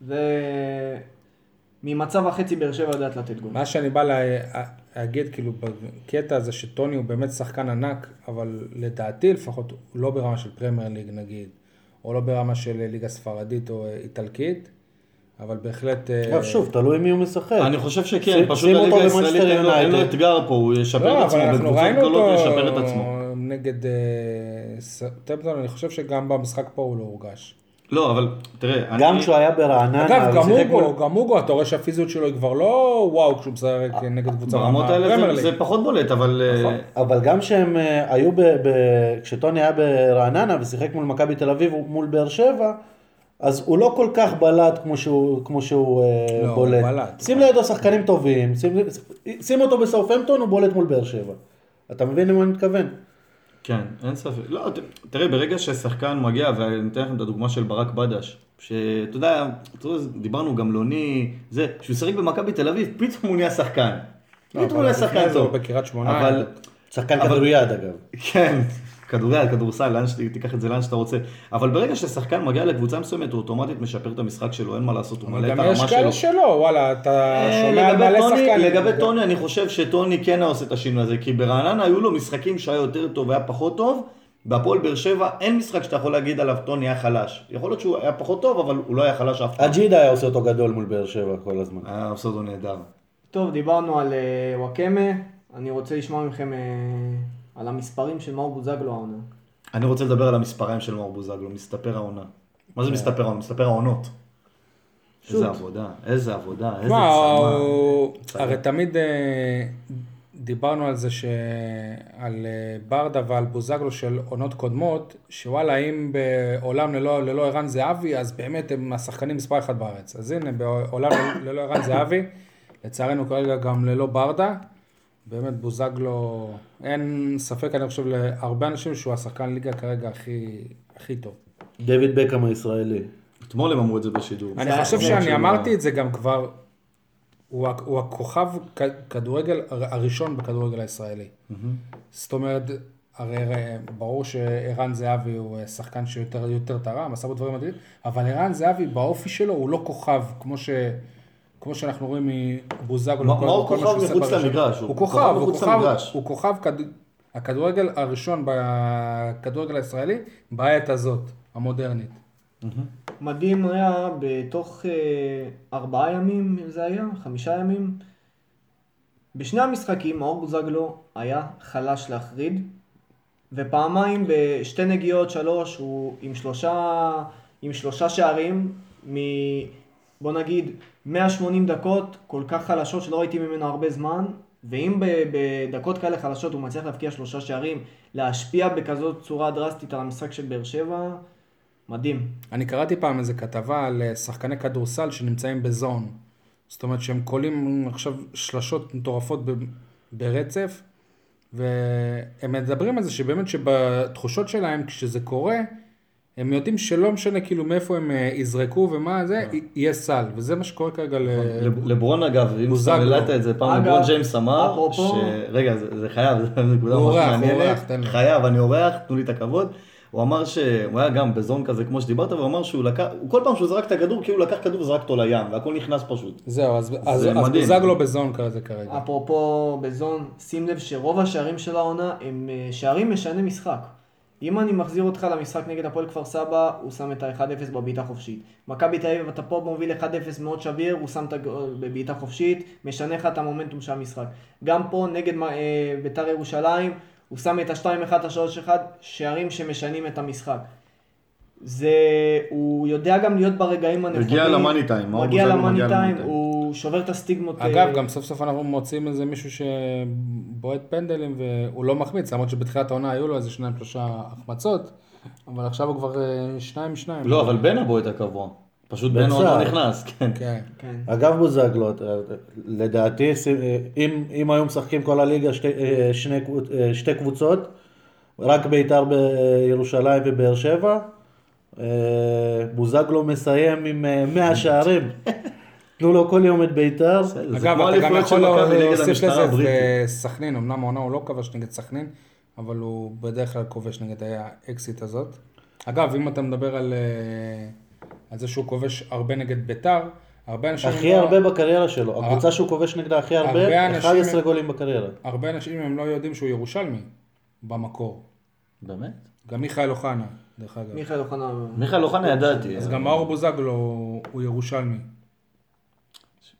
S2: וממצב החצי באר שבע יודעת לתת גול.
S3: מה שאני בא להגיד, כאילו, בקטע הזה שטוני הוא באמת שחקן ענק, אבל לדעתי לפחות הוא לא ברמה של פרמייר ליג נגיד, או לא ברמה של ליגה ספרדית או איטלקית, אבל בהחלט...
S5: אגב, שוב, תלוי מי הוא משחק.
S4: אני חושב שכן,
S5: שים-
S4: פשוט
S5: שים אותו
S4: הליגה
S5: במנצ'סטר
S4: הישראלית אין לו- אין לו
S5: יונייטד.
S4: אתגר פה, הוא ישפר
S3: לא,
S4: את עצמו,
S3: אבל אנחנו
S4: בקבוצות
S3: ראינו
S4: גדולות הוא
S3: אותו
S4: ישפר את עצמו.
S3: נגד סאות'המפטון, אני חושב שגם במשחק פה הוא לא הורגש.
S4: לא, אבל תראה, אני...
S5: גם כשהוא היה ברעננה,
S3: אגב,
S5: הוא
S3: גם
S5: שיחק מול-
S3: אוגו, גם אוגו, אתה רואה שהפיזיות שלו היא כבר לא וואו כשהוא משחק נגד קבוצה
S4: ברמות האלה
S3: בפרמייר
S4: זה-
S3: ליג.
S4: זה פחות בולט, אבל...
S3: נכון.
S4: אה,
S5: אבל גם כשהם אה, היו, ב, ב, כשטוני היה ברעננה ושיחק מול מכבי תל אביב ומול באר שבע, אז הוא לא כל כך בלט כמו שהוא, כמו שהוא אה,
S3: לא, הוא
S5: בולט.
S3: בלט.
S5: שים לידו שחקנים טובים, שים, שים אותו בסאות'המפטון, הוא בולט מול באר שבע. אתה מבין למה אני מתכוון?
S4: כן, אין ספק. לא, ת- תראה, ברגע ששחקן מגיע, ואני אתן לכם את הדוגמה של ברק בדש, שאתה יודע, אתה יודע, דיברנו גם לוני, זה, שהוא שיחק במכבי תל אביב, פתאום הוא נהיה שחקן.
S3: לא,
S4: פתאום הוא
S3: אבל
S4: נהיה
S3: לפני
S4: שחקן
S3: זה הוא
S4: טוב.
S3: בקריית שמונה.
S4: אבל,
S5: שחקן
S4: אבל-
S5: כדוריד אגב.
S4: כן, כדוריד, כדורסל, לאן שתיקח את זה לאן שאתה רוצה. אבל ברגע ששחקן מגיע לקבוצה מסוימת, הוא אוטומטית משפר את המשחק שלו, אין מה לעשות, הוא
S3: אבל
S4: מלא את
S3: גם
S4: הרמה
S3: יש
S4: שלו.
S3: כאלה שלא, וואלה, אתה
S4: אה,
S3: שומע על
S4: לגבי
S3: מלא
S4: טוני-
S3: שחקנים.
S4: לגבי טוני, אני חושב שטוני כן היה עושה את השינוי הזה, כי ברעננה היו לו משחקים שהיה יותר טוב והיה פחות טוב, בהפועל באר שבע אין משחק שאתה יכול להגיד עליו טוני היה חלש. יכול להיות שהוא היה פחות טוב, אבל הוא לא היה חלש אף פעם.
S5: אג'ידה היה עושה אותו גדול מול באר שבע כל הזמן.
S4: היה עושה אותו נהדר.
S2: טוב, דיברנו על אה, וואקמה, אני רוצה לשמוע מכם אה, על המספרים של מאור בוזגלו העונה.
S4: אני רוצה לדבר על המספריים של מאור בוזגלו, מסתפר העונה. מה זה מסתפר העונה? מסתפר העונות. איזה עבודה, איזה עבודה, איזה
S3: מה,
S4: צמא.
S3: הוא- הרי תמיד אה, דיברנו על זה שעל אה, ברדה ועל בוזגלו של עונות קודמות, שוואלה, אם בעולם ללא, ללא ערן זהבי, אז באמת הם השחקנים מספר אחד בארץ. אז הנה, בעולם ללא ערן זהבי, לצערנו כרגע גם ללא ברדה, באמת בוזגלו, אין ספק, אני חושב להרבה אנשים שהוא השחקן ליגה כרגע הכי, הכי טוב.
S5: דויד בקאם הישראלי.
S4: אתמול הם אמרו את זה בשידור.
S3: אני
S2: זה-
S3: חושב
S2: זה
S3: שאני
S4: של-
S3: אמרתי את זה גם כבר, הוא ה- הוא הכוכב כ- כדורגל הר- הראשון בכדורגל הישראלי. זאת אומרת, הרי הרי ברור שערן זהבי הוא שחקן שיותר יותר תרם, עשה בו דברים מדהים, אבל ערן זהבי באופי שלו הוא לא כוכב, כמו ש... כמו שאנחנו רואים מבוזגלו.
S4: מה-
S3: כל-
S4: מה הוא
S3: כל
S4: כוכב
S3: שהוא עושה
S4: מחוץ
S3: ברשת.
S4: למגרש? הוא
S3: הוא
S4: כוכב
S3: כוכב, הוא
S4: מחוץ
S3: כוכב,
S4: למגרש.
S3: הוא כוכב כד- הכדורגל הראשון בכדורגל הישראלי בעת הזאת, המודרנית.
S2: מדהים היה בתוך אה, ארבעה ימים, אם זה היה, חמישה ימים. בשני המשחקים מאור בוזגלו היה חלש להחריד, ופעמיים בשתי נגיעות, שלוש, הוא עם שלושה, עם שלושה שערים, מ... בוא נגיד, מאה ושמונים דקות, כל כך חלשות שלא ראיתי ממנו הרבה זמן, ואם ב- בדקות כאלה חלשות הוא מצליח להבקיע שלושה שערים, להשפיע בכזאת צורה דרסטית על המשחק של באר שבע, מדהים.
S3: אני קראתי פעם איזה כתבה על אה, שחקני כדורסל שנמצאים בזון. זאת אומרת שהם קולים עכשיו שלשות מטורפות ב- ברצף, והם מדברים על זה שבאמת שבתחושות שלהם כשזה קורה, הם יודעים שלא משנה כאילו מאיפה הם אה, יזרקו ומה זה, י- יהיה סל, וזה מה שקורה כרגע ל...
S4: לב- לברון אגב, אם
S3: בוזגלו.
S4: סתם את זה, פעם
S2: אגב,
S4: לברון ג'יימס אמר,
S2: אפרופו-
S4: ש... רגע, זה זה חייב, זו נקודה
S3: הוא
S4: ממש
S3: אורח, הוא
S4: מעניינת,
S3: אורח, תן לו.
S4: חייב, אני אורח, תנו לי את הכבוד. הוא אמר שהוא היה גם בזון כזה כמו שדיברת, והוא אמר שהוא לקח, הוא כל פעם שהוא זרק את הכדור, כאילו הוא לקח כדור וזרק אותו לים, והכל נכנס פשוט.
S3: זהו, אז, אז, אז
S4: מדהים.
S3: בוזגלו בזון כזה כרגע.
S2: אפרופו בזון, שים לב שרוב השערים של העונה הם אה, שערים משנה משחק. אם אני מחזיר אותך למשחק נגד הפועל כפר סבא, הוא שם את ה-אחד אפס בבעיטה חופשית. מכבי תל אביב אתה פה מוביל אחד אפס מאוד שביר, הוא שם את הגול בבעיטה חופשית, משנה לך את המומנטום של המשחק. גם פה נגד אה, בית"ר ירושלים, הוא שם את ה-שתיים אחת, ה-שלוש אחת, שערים שמשנים את המשחק. זה, הוא יודע גם להיות ברגעים הנכונים.
S4: מגיע למאני טיים, מאור
S2: מגיע
S4: בוזגלו
S2: למאני
S4: מגיע
S2: טיים,
S4: למאני טיים.
S2: הוא שובר את הסטיגמות.
S3: אגב,
S2: אה,
S3: גם סוף סוף אנחנו מוצאים איזה מישהו שבועט פנדלים והוא לא מחמיץ, למרות שבתחילת העונה היו לו איזה שניים שלושה החמצות, אבל עכשיו הוא כבר אה, שניים משניים.
S4: לא, אבל בן הבועט הקבוע. פשוט בן עוד
S5: בצער.
S4: לא נכנס, כן.
S3: כן.
S2: כן.
S5: אגב בוזגלו, לדעתי, אם, אם היו משחקים כל הליגה שתי, שני, שתי קבוצות, רק בית"ר בירושלים ובאר שבע, בוזגלו מסיים עם מאה שערים. תנו לו כל יום את בית"ר.
S4: זה
S3: אגב,
S4: כמו
S3: אתה גם
S4: אליפויות
S3: יכול
S4: של מכבי נגד
S3: להוסיף
S4: המשטרה
S3: לזה את
S4: הבריטית.
S3: אה, סכנין, אמנם העונה הוא לא כבש נגד סכנין, אבל הוא בדרך כלל כובש נגד האקסיט הזאת. אגב, אם אתה מדבר על, אה, על זה שהוא כובש הרבה נגד בית"ר, הרבה אנשים...
S5: הכי
S3: לא-
S5: הרבה בקריירה שלו, הקבוצה שהוא כובש נגדה הכי
S3: הרבה
S5: הרבה,
S3: אנשים-
S5: אחד עשר גולים בקריירה.
S3: הרבה אנשים הם לא יודעים שהוא ירושלמי במקור.
S4: באמת?
S3: גם מיכאל אוחנה, דרך אגב.
S2: מיכאל אוחנה.
S4: מיכאל אוחנה ידעתי.
S3: אז גם מאור בוזגלו הוא ירושלמי.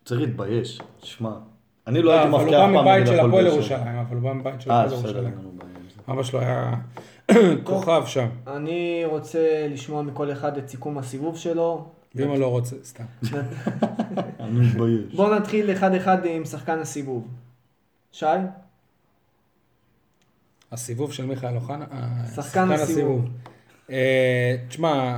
S4: צריך להתבייש, שמע. אני לא הייתי
S3: אבל הוא
S4: מפקיע
S3: בא
S4: אף פעם
S3: מבית
S4: נגד
S3: של
S4: הפועל
S3: הפועל
S4: באר שבע.
S3: ירושלים, אבל הוא בא מבית של
S4: אה,
S3: הפועל
S4: בסדר,
S3: ירושלים.
S4: אין לנו בעיה עם זה.
S3: אבא שלו היה כוכב שם,
S2: אני רוצה לשמוע מכל אחד את סיכום הסיבוב שלו.
S3: ואם הוא לא רוצה, סתם.
S4: אני מתבייש.
S2: בואו נתחיל אחד אחד עם שחקן הסיבוב. שי?
S3: הסיבוב של מיכאל אוחנה, אה,
S2: שחקן הסיבוב.
S3: אה, תשמע,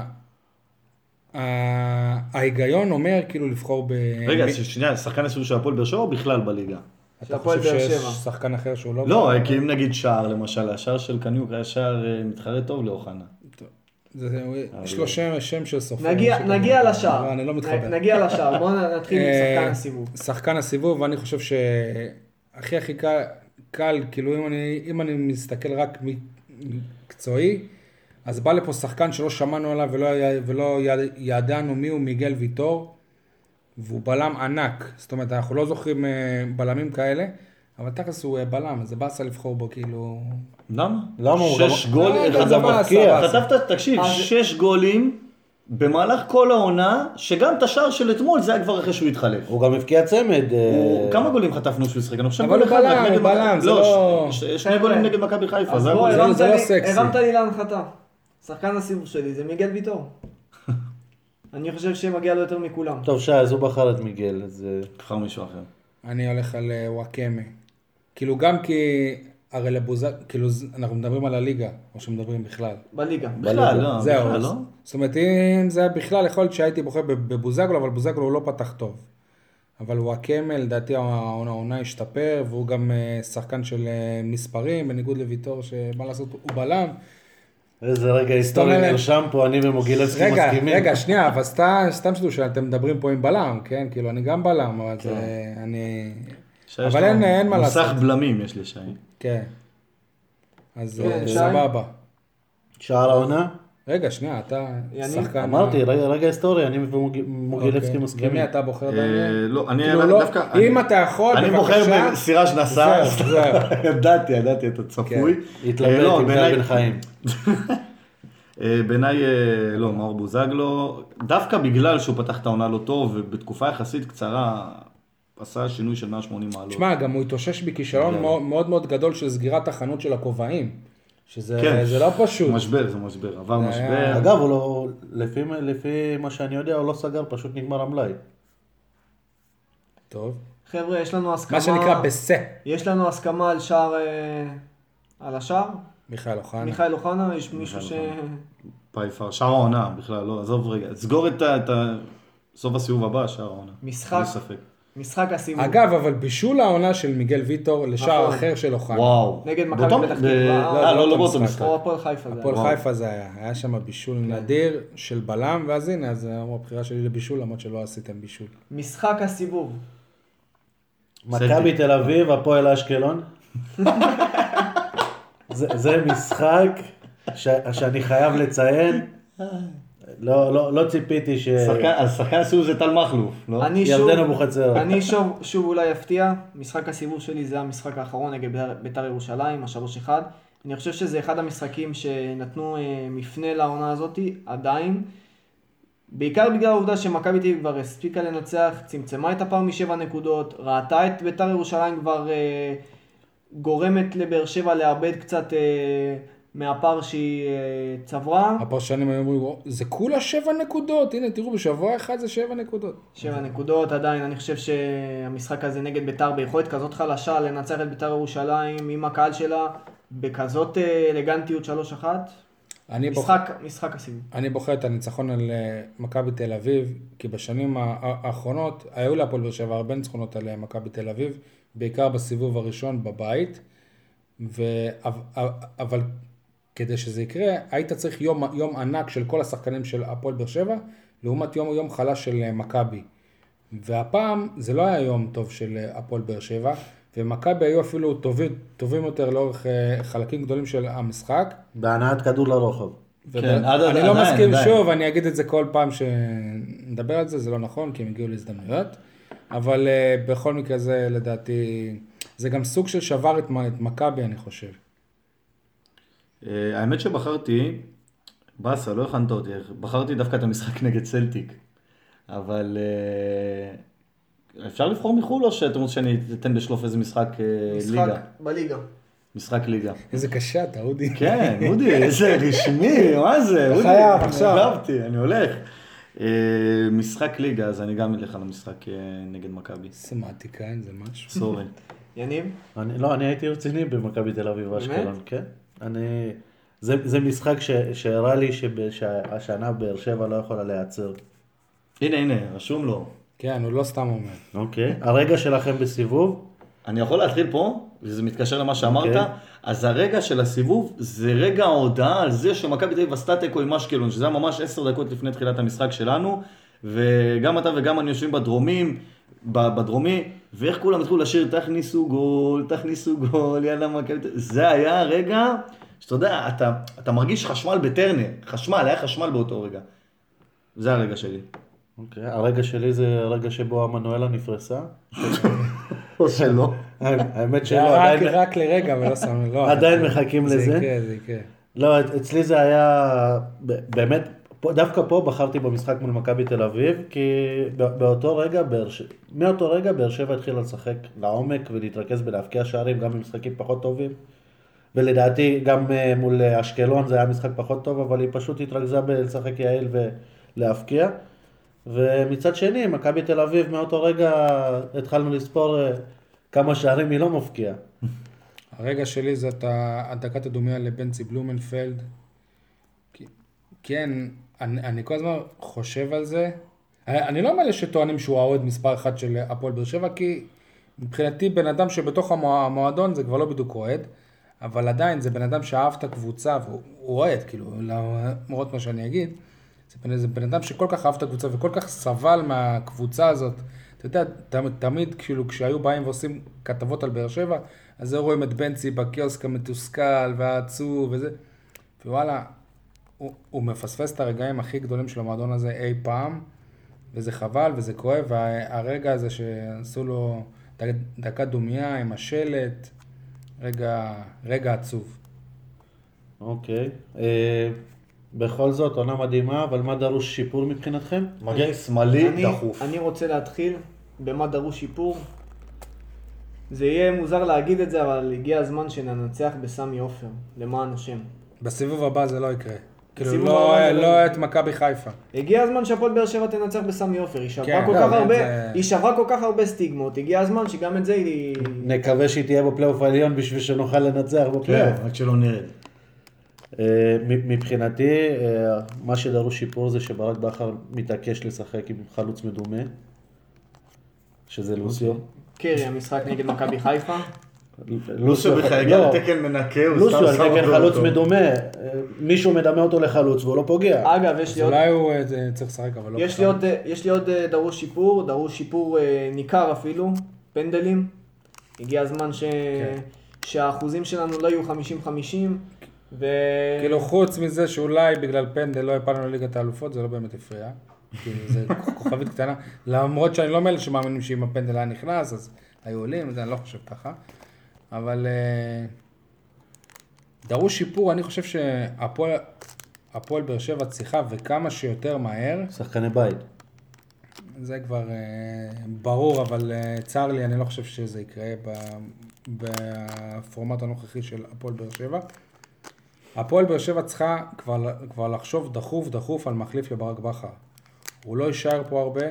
S3: ה- ההיגיון אומר כאילו לבחור ב...
S4: רגע,
S3: מי-
S4: שנייה, שחקן הסיבוב של הפועל באר שבע או בכלל בליגה?
S3: אתה
S2: הפועל
S3: חושב
S2: באר
S3: שיש
S2: שבע.
S3: שחקן אחר שהוא לא...
S4: לא, כי אם נגיד שער למשל, השער של קניוק היה שער אה, מתחרה טוב לאוחנה.
S3: זה- יש לו שם שם של סופר.
S2: נגיע,
S3: שכזה.
S2: נגיע לשער.
S3: לא, אני לא מתחבר.
S2: נ- נגיע לשער. בואו נתחיל עם
S3: אה,
S2: שחקן הסיבוב.
S3: שחקן הסיבוב, ואני חושב שהכי הכי קל, קל, כאילו אם אני, אם אני מסתכל רק מקצועי, אז בא לפה שחקן שלא שמענו עליו ולא, היה- ולא יד- ידענו מי הוא מיגל ויטור, והוא בלם ענק, זאת אומרת אנחנו לא זוכרים אה, בלמים כאלה, אבל תכלס הוא אה, בלם, אז זה באסה לבחור בו כאילו...
S4: למה?
S5: למה? הוא
S4: שש
S5: גם-
S4: גולים,
S3: אה,
S4: איך
S3: גם
S4: אתה
S3: זה באסה,
S4: מבקיע?
S3: באסה.
S4: חטפת, תקשיב,
S2: אז-
S4: שש גולים במהלך כל העונה, שגם את השער של אתמול זה היה כבר אחרי שהוא התחלף.
S5: הוא גם הבקיע צמד.
S4: הוא-
S5: אה,
S4: כמה גולים חטפנו שהוא ישחק? אני חושב
S3: אבל
S4: גול
S3: הוא
S4: אחד
S3: בלם,
S4: רק נגד
S3: הוא
S4: מכבי-
S3: בלם, זה לא-
S4: ש- ש- שני
S2: חבר'ה,
S4: גולים נגד מכבי חיפה,
S2: אז
S4: זה
S2: בוא,
S4: הגול.
S2: הרמת
S3: זה לא
S2: לי-
S3: סקסי.
S2: הרמת לי להנחתה. שחקן הסיבוב שלי זה מיגל ויטור. אני חושב שמגיע לו יותר מכולם.
S5: טוב, שי, אז הוא בחר את מיגל, אז... אה,
S4: תבחר מישהו אחר.
S3: אני הולך על אה, וואקמה. כאילו גם כי הרי לבוזג, כאילו ז- אנחנו מדברים על הליגה, או שמדברים בכלל.
S2: בליגה.
S4: בכלל, לא,
S3: זהו,
S4: בכלל,
S3: אז-
S4: לא?
S3: זאת אומרת, אם זה היה בכלל, יכול להיות שהייתי בוחר בבוזגלו, אבל בוזגלו הוא לא פתח טוב. אבל וואקמה, לדעתי העונה העונה השתפר, והוא גם אה, שחקן של אה, מספרים, בניגוד לויטור, שמה לעשות, הוא בלם.
S5: איזה רגע היסטורי
S3: אומרת-
S5: נרשם פה, אני ומוגילבסקי
S3: רגע,
S5: מסכימים.
S3: רגע, שנייה, אבל סתם, סתם שתדעו שאתם מדברים פה עם בלם, כן? כאילו, אני גם בלם, אבל זה, אני...
S4: שיש
S3: אבל
S4: לו
S3: אין- אין מה
S4: מוסך
S3: לעשות.
S4: בלמים יש לשי.
S3: כן. אז
S2: כן,
S3: אה,
S2: שי?
S3: סבבה.
S5: שער העונה?
S3: רגע, שנייה, אתה
S2: יניב?
S3: שחקן...
S5: אמרתי, רגע רגע היסטורי, אני ומוגילבסקי
S3: אוקיי.
S5: מסכימים.
S3: ומי אתה בוחר
S4: אה,
S3: דניאל?
S4: לא, אני
S3: כאילו, לא-
S4: דווקא...
S3: אם
S4: אני-
S3: אתה יכול,
S4: אני
S3: בבקשה.
S4: בוחר בסיראז' נסאר.
S3: זהו, זהו.
S4: ידעתי, ידעתי, אתה צפוי. אה,
S5: התלבט
S4: לא,
S5: עם
S4: בעיניי-
S5: טל בן חיים.
S4: אה, בעיניי, אה, לא, מאור בוזגלו, דווקא בגלל שהוא פתח את העונה לא טוב, ובתקופה יחסית קצרה, עשה שינוי של מאה ושמונים מעלות.
S3: תשמע, גם הוא התאושש בכישרון מאוד מאוד מאוד גדול של סגירת החנות של הכובעים. שזה
S4: כן.
S3: זה לא פשוט.
S4: משבר, זה משבר, עבר
S3: זה
S4: משבר.
S3: היה-
S5: אגב, הוא לא, לפי, לפי מה שאני יודע, הוא לא סגר, פשוט נגמר המלאי.
S3: טוב.
S2: חבר'ה, יש לנו הסכמה...
S3: מה שנקרא בסה.
S2: יש לנו הסכמה על שער... אה, על השער?
S3: מיכאל אוחנה.
S2: מיכאל אוחנה, יש מישהו ש...
S4: אוחנה. פייפר, שער העונה בכלל, לא, עזוב רגע, תסגור את ה... את ה- סוף הסיבוב הבא, שער העונה.
S2: משחק.
S4: בלי ספק.
S2: משחק הסיבוב.
S3: אגב, אבל בישול העונה של מיגל ויטור לשער
S2: נכון.
S3: אחר של אוחנה.
S4: וואו.
S2: נגד מכבי
S4: באותו-
S2: פתח
S4: ב-
S2: תקווה.
S4: אה,
S3: לא,
S4: לא,
S3: לא
S4: לא באותו
S3: משחק.
S4: משחק.
S2: או הפועל חיפה זה.
S3: הפועל
S4: וואו.
S3: חיפה זה היה, היה שם בישול נדיר של בלם, ואז הנה, אז אמרו הבחירה שלי לבישול, למרות שלא עשיתם בישול.
S2: משחק הסיבוב.
S5: מכבי תל אביב, הפועל אשקלון. זה, זה משחק ש, שאני חייב לציין. לא, לא, לא ציפיתי ש...
S4: שחקן- אז שחקן הסיבוב זה טל מכלוף, לא?
S2: אני שוב,
S5: ירדן אבוחצירא.
S2: אני שוב, שוב אולי אפתיע, משחק הסיבוב שלי זה המשחק האחרון נגד בית"ר- בית"ר ירושלים, ה-שלוש אחד. אני חושב שזה אחד המשחקים שנתנו אה, מפנה לעונה הזאת, עדיין. בעיקר בגלל העובדה שמכבי תל אביב כבר הספיקה לנצח, צמצמה את הפער משבע נקודות, ראתה את בית"ר ירושלים כבר אה, גורמת לבאר שבע לאבד קצת אה, מהפער שהיא אה, צברה.
S3: הפרשנים היו אומרים, זה כולה שבע נקודות, הנה תראו, בשבוע אחד זה שבע נקודות.
S2: שבע נקודות עדיין, אני חושב שהמשחק הזה נגד בית"ר ביכולת כזאת חלשה לנצח את בית"ר ירושלים עם הקהל שלה בכזאת אה, אלגנטיות שלוש אחת.
S3: אני בוח-
S2: משחק, משחק הסיבוב.
S3: אני בוחר את הניצחון על אה, מכבי תל אביב, כי בשנים ה- האחרונות היו להפועל באר שבע הרבה ניצחונות על אה, מכבי תל אביב, בעיקר בסיבוב הראשון בבית, ו... אבל, אבל כדי שזה יקרה, היית צריך יום, יום ענק של כל השחקנים של הפועל באר שבע, לעומת יום, יום חלש של אה, מכבי. והפעם זה לא היה יום טוב של אה, הפועל באר שבע, ומכבי היו אפילו טובים, טובים יותר לאורך אה, חלקים גדולים של המשחק.
S5: בהנעת כדור לרוחב.
S4: כן, עד-
S3: אני
S4: עד-
S3: לא
S4: עדיין,
S3: מסכים,
S4: עדיין.
S3: שוב, אני אגיד את זה כל פעם שנדבר על זה, זה לא נכון, כי הם הגיעו להזדמנויות, אבל uh, בכל מקרה זה לדעתי, זה גם סוג של שבר את, את מכבי, אני חושב.
S4: אה, האמת שבחרתי, באסה, לא הכנת אותי, בחרתי דווקא את המשחק נגד סלטיק, אבל אה, אפשר לבחור מחול או שאתם רוצים שאני אתן בשלוף איזה משחק ליגה?
S2: משחק בליגה.
S4: משחק ליגה.
S3: איזה קשה אתה, אודי.
S4: כן, אודי, איזה רשמי, מה זה?
S3: אתה חייב עכשיו.
S4: אהבתי, אני הולך. משחק ליגה, אז אני גם אלך על המשחק נגד מכבי.
S3: סמטיקה, אין זה משהו.
S4: סורי.
S2: יניב?
S5: אני, לא, אני הייתי רציני במכבי תל אביב ואשקלון, כן. אני, זה, זה משחק ש, שהראה לי שהשנה באר שבע לא יכולה להיעצר.
S4: הנה, הנה, רשום לו.
S3: כן, הוא לא סתם אומר.
S5: אוקיי. הרגע שלכם בסיבוב?
S4: אני יכול להתחיל פה, וזה מתקשר למה שאמרת,
S5: אוקיי.
S4: אז הרגע של הסיבוב זה רגע ההודעה על זה שמכבי תל אביב עשתה תיקו עם אשקלון, שזה היה ממש עשר דקות לפני תחילת המשחק שלנו, וגם אתה וגם אני יושבים בדרומים, בדרומי, ואיך כולם התחילו לשיר, תכניסו גול, תכניסו גול, יאללה מכבי תל אביב. זה היה הרגע, שאתה יודע, אתה, אתה מרגיש חשמל בטרנר, חשמל, היה חשמל באותו רגע. זה הרגע שלי.
S5: אוקיי, הרגע שלי זה הרגע שבו המנואלה נפרסה.
S4: או שלא.
S5: האמת שלא,
S3: רק,
S5: עדיין,
S3: רק לרגע ולא שם, לא.
S5: עדיין מחכים
S3: זה
S5: לזה.
S3: יקרה, זה יקרה.
S5: לא, אצלי זה היה, באמת, פה, דווקא פה בחרתי במשחק מול מכבי תל אביב, כי באותו רגע, מאותו רגע באר שבע התחילה לשחק לעומק ולהתרכז בלהפקיע שערים, גם במשחקים פחות טובים. ולדעתי גם מול אשקלון זה היה משחק פחות טוב, אבל היא פשוט התרכזה בלשחק יעיל ולהפקיע. ומצד שני, מכבי תל אביב מאותו רגע התחלנו לספור כמה שערים היא לא מפקיעה.
S3: הרגע שלי זאת הדקת הדומיה לבנצי בלומנפלד. כן, אני, אני כל הזמן חושב על זה. אני לא מאלה שטוענים שהוא האוהד מספר אחת של הפועל באר שבע, כי מבחינתי בן אדם שבתוך המועדון זה כבר לא בדיוק אוהד, אבל עדיין זה בן אדם שאהב את הקבוצה והוא אוהד, כאילו, למרות מה שאני אגיד. זה בן אדם שכל כך אהב את הקבוצה וכל כך סבל מהקבוצה הזאת. אתה יודע, תמיד כאילו כשהיו באים ועושים כתבות על באר שבע, אז רואים את בנצי בקיוסק המתוסכל והעצוב וזה. ווואלה, הוא, הוא מפספס את הרגעים הכי גדולים של המועדון הזה אי פעם, וזה חבל וזה כואב, והרגע הזה שעשו לו דקת דומיה עם השלט, רגע, רגע עצוב.
S5: אוקיי. אה... בכל זאת, עונה מדהימה, אבל מה דרוש שיפור מבחינתכם?
S4: מגן שמאלי
S2: אני,
S4: דחוף.
S2: אני רוצה להתחיל במה דרוש שיפור. זה יהיה מוזר להגיד את זה, אבל הגיע הזמן שננצח בסמי עופר, למען השם.
S3: בסיבוב הבא זה לא יקרה. כאילו
S2: בסיבוב
S3: לא,
S2: הבא זה
S3: לא
S2: לא-
S3: את מכבי חיפה.
S2: הגיע הזמן שהפועל באר שבע תנצח בסמי עופר, היא שברה
S3: כן,
S2: כל
S3: לא,
S2: כך
S3: זה-
S2: הרבה,
S3: זה-
S2: היא שברה כל כך הרבה סטיגמות, הגיע הזמן שגם את זה היא...
S5: נקווה שהיא תהיה בפלייאוף העליון בשביל שנוכל לנצח בפלייאוף.
S4: כן, רק שלא נרד.
S5: אה, מבחינתי, אה, מה שדרוש שיפור זה שברק בכר מתעקש לשחק עם חלוץ מדומה, שזה לוסיו.
S2: קרי, המשחק נגד מכבי חיפה.
S4: לוסיו בכלל הגיע
S5: לא,
S4: לתקן מנקה, הוא
S5: לוסיו על
S4: סתם שם
S5: תקן
S4: אותו.
S5: חלוץ מדומה, אה, מישהו מדמה אותו לחלוץ והוא לא פוגע.
S2: אגב, יש
S3: אז
S2: לי עוד...
S3: אולי הוא אה, צריך לשחק, אבל לא.
S2: יש
S3: בכלל.
S2: לי עוד, יש לי עוד אה, דרוש שיפור, דרוש שיפור אה, ניכר אפילו, פנדלים. הגיע הזמן ש...
S3: כן.
S2: שהאחוזים שלנו לא יהיו חמישים חמישים, ו...
S3: כאילו חוץ מזה שאולי בגלל פנדל לא הפלנו לליגת האלופות, זה לא באמת הפריע. כאילו זה כוכבית קטנה. למרות שאני לא מאלה שמאמינים שאם הפנדל היה נכנס, אז היו עולים, זה אני לא חושב ככה. אבל אה, דרוש שיפור, אני חושב שהפועל הפועל באר שבע צריכה וכמה שיותר מהר.
S5: שחקני בית.
S3: זה כבר אה, ברור, אבל אה, צר לי, אני לא חושב שזה יקרה ב- בפורמט הנוכחי של הפועל באר שבע. הפועל באר שבע צריכה כבר, כבר לחשוב דחוף דחוף על מחליף לברק בכר. הוא לא יישאר פה הרבה,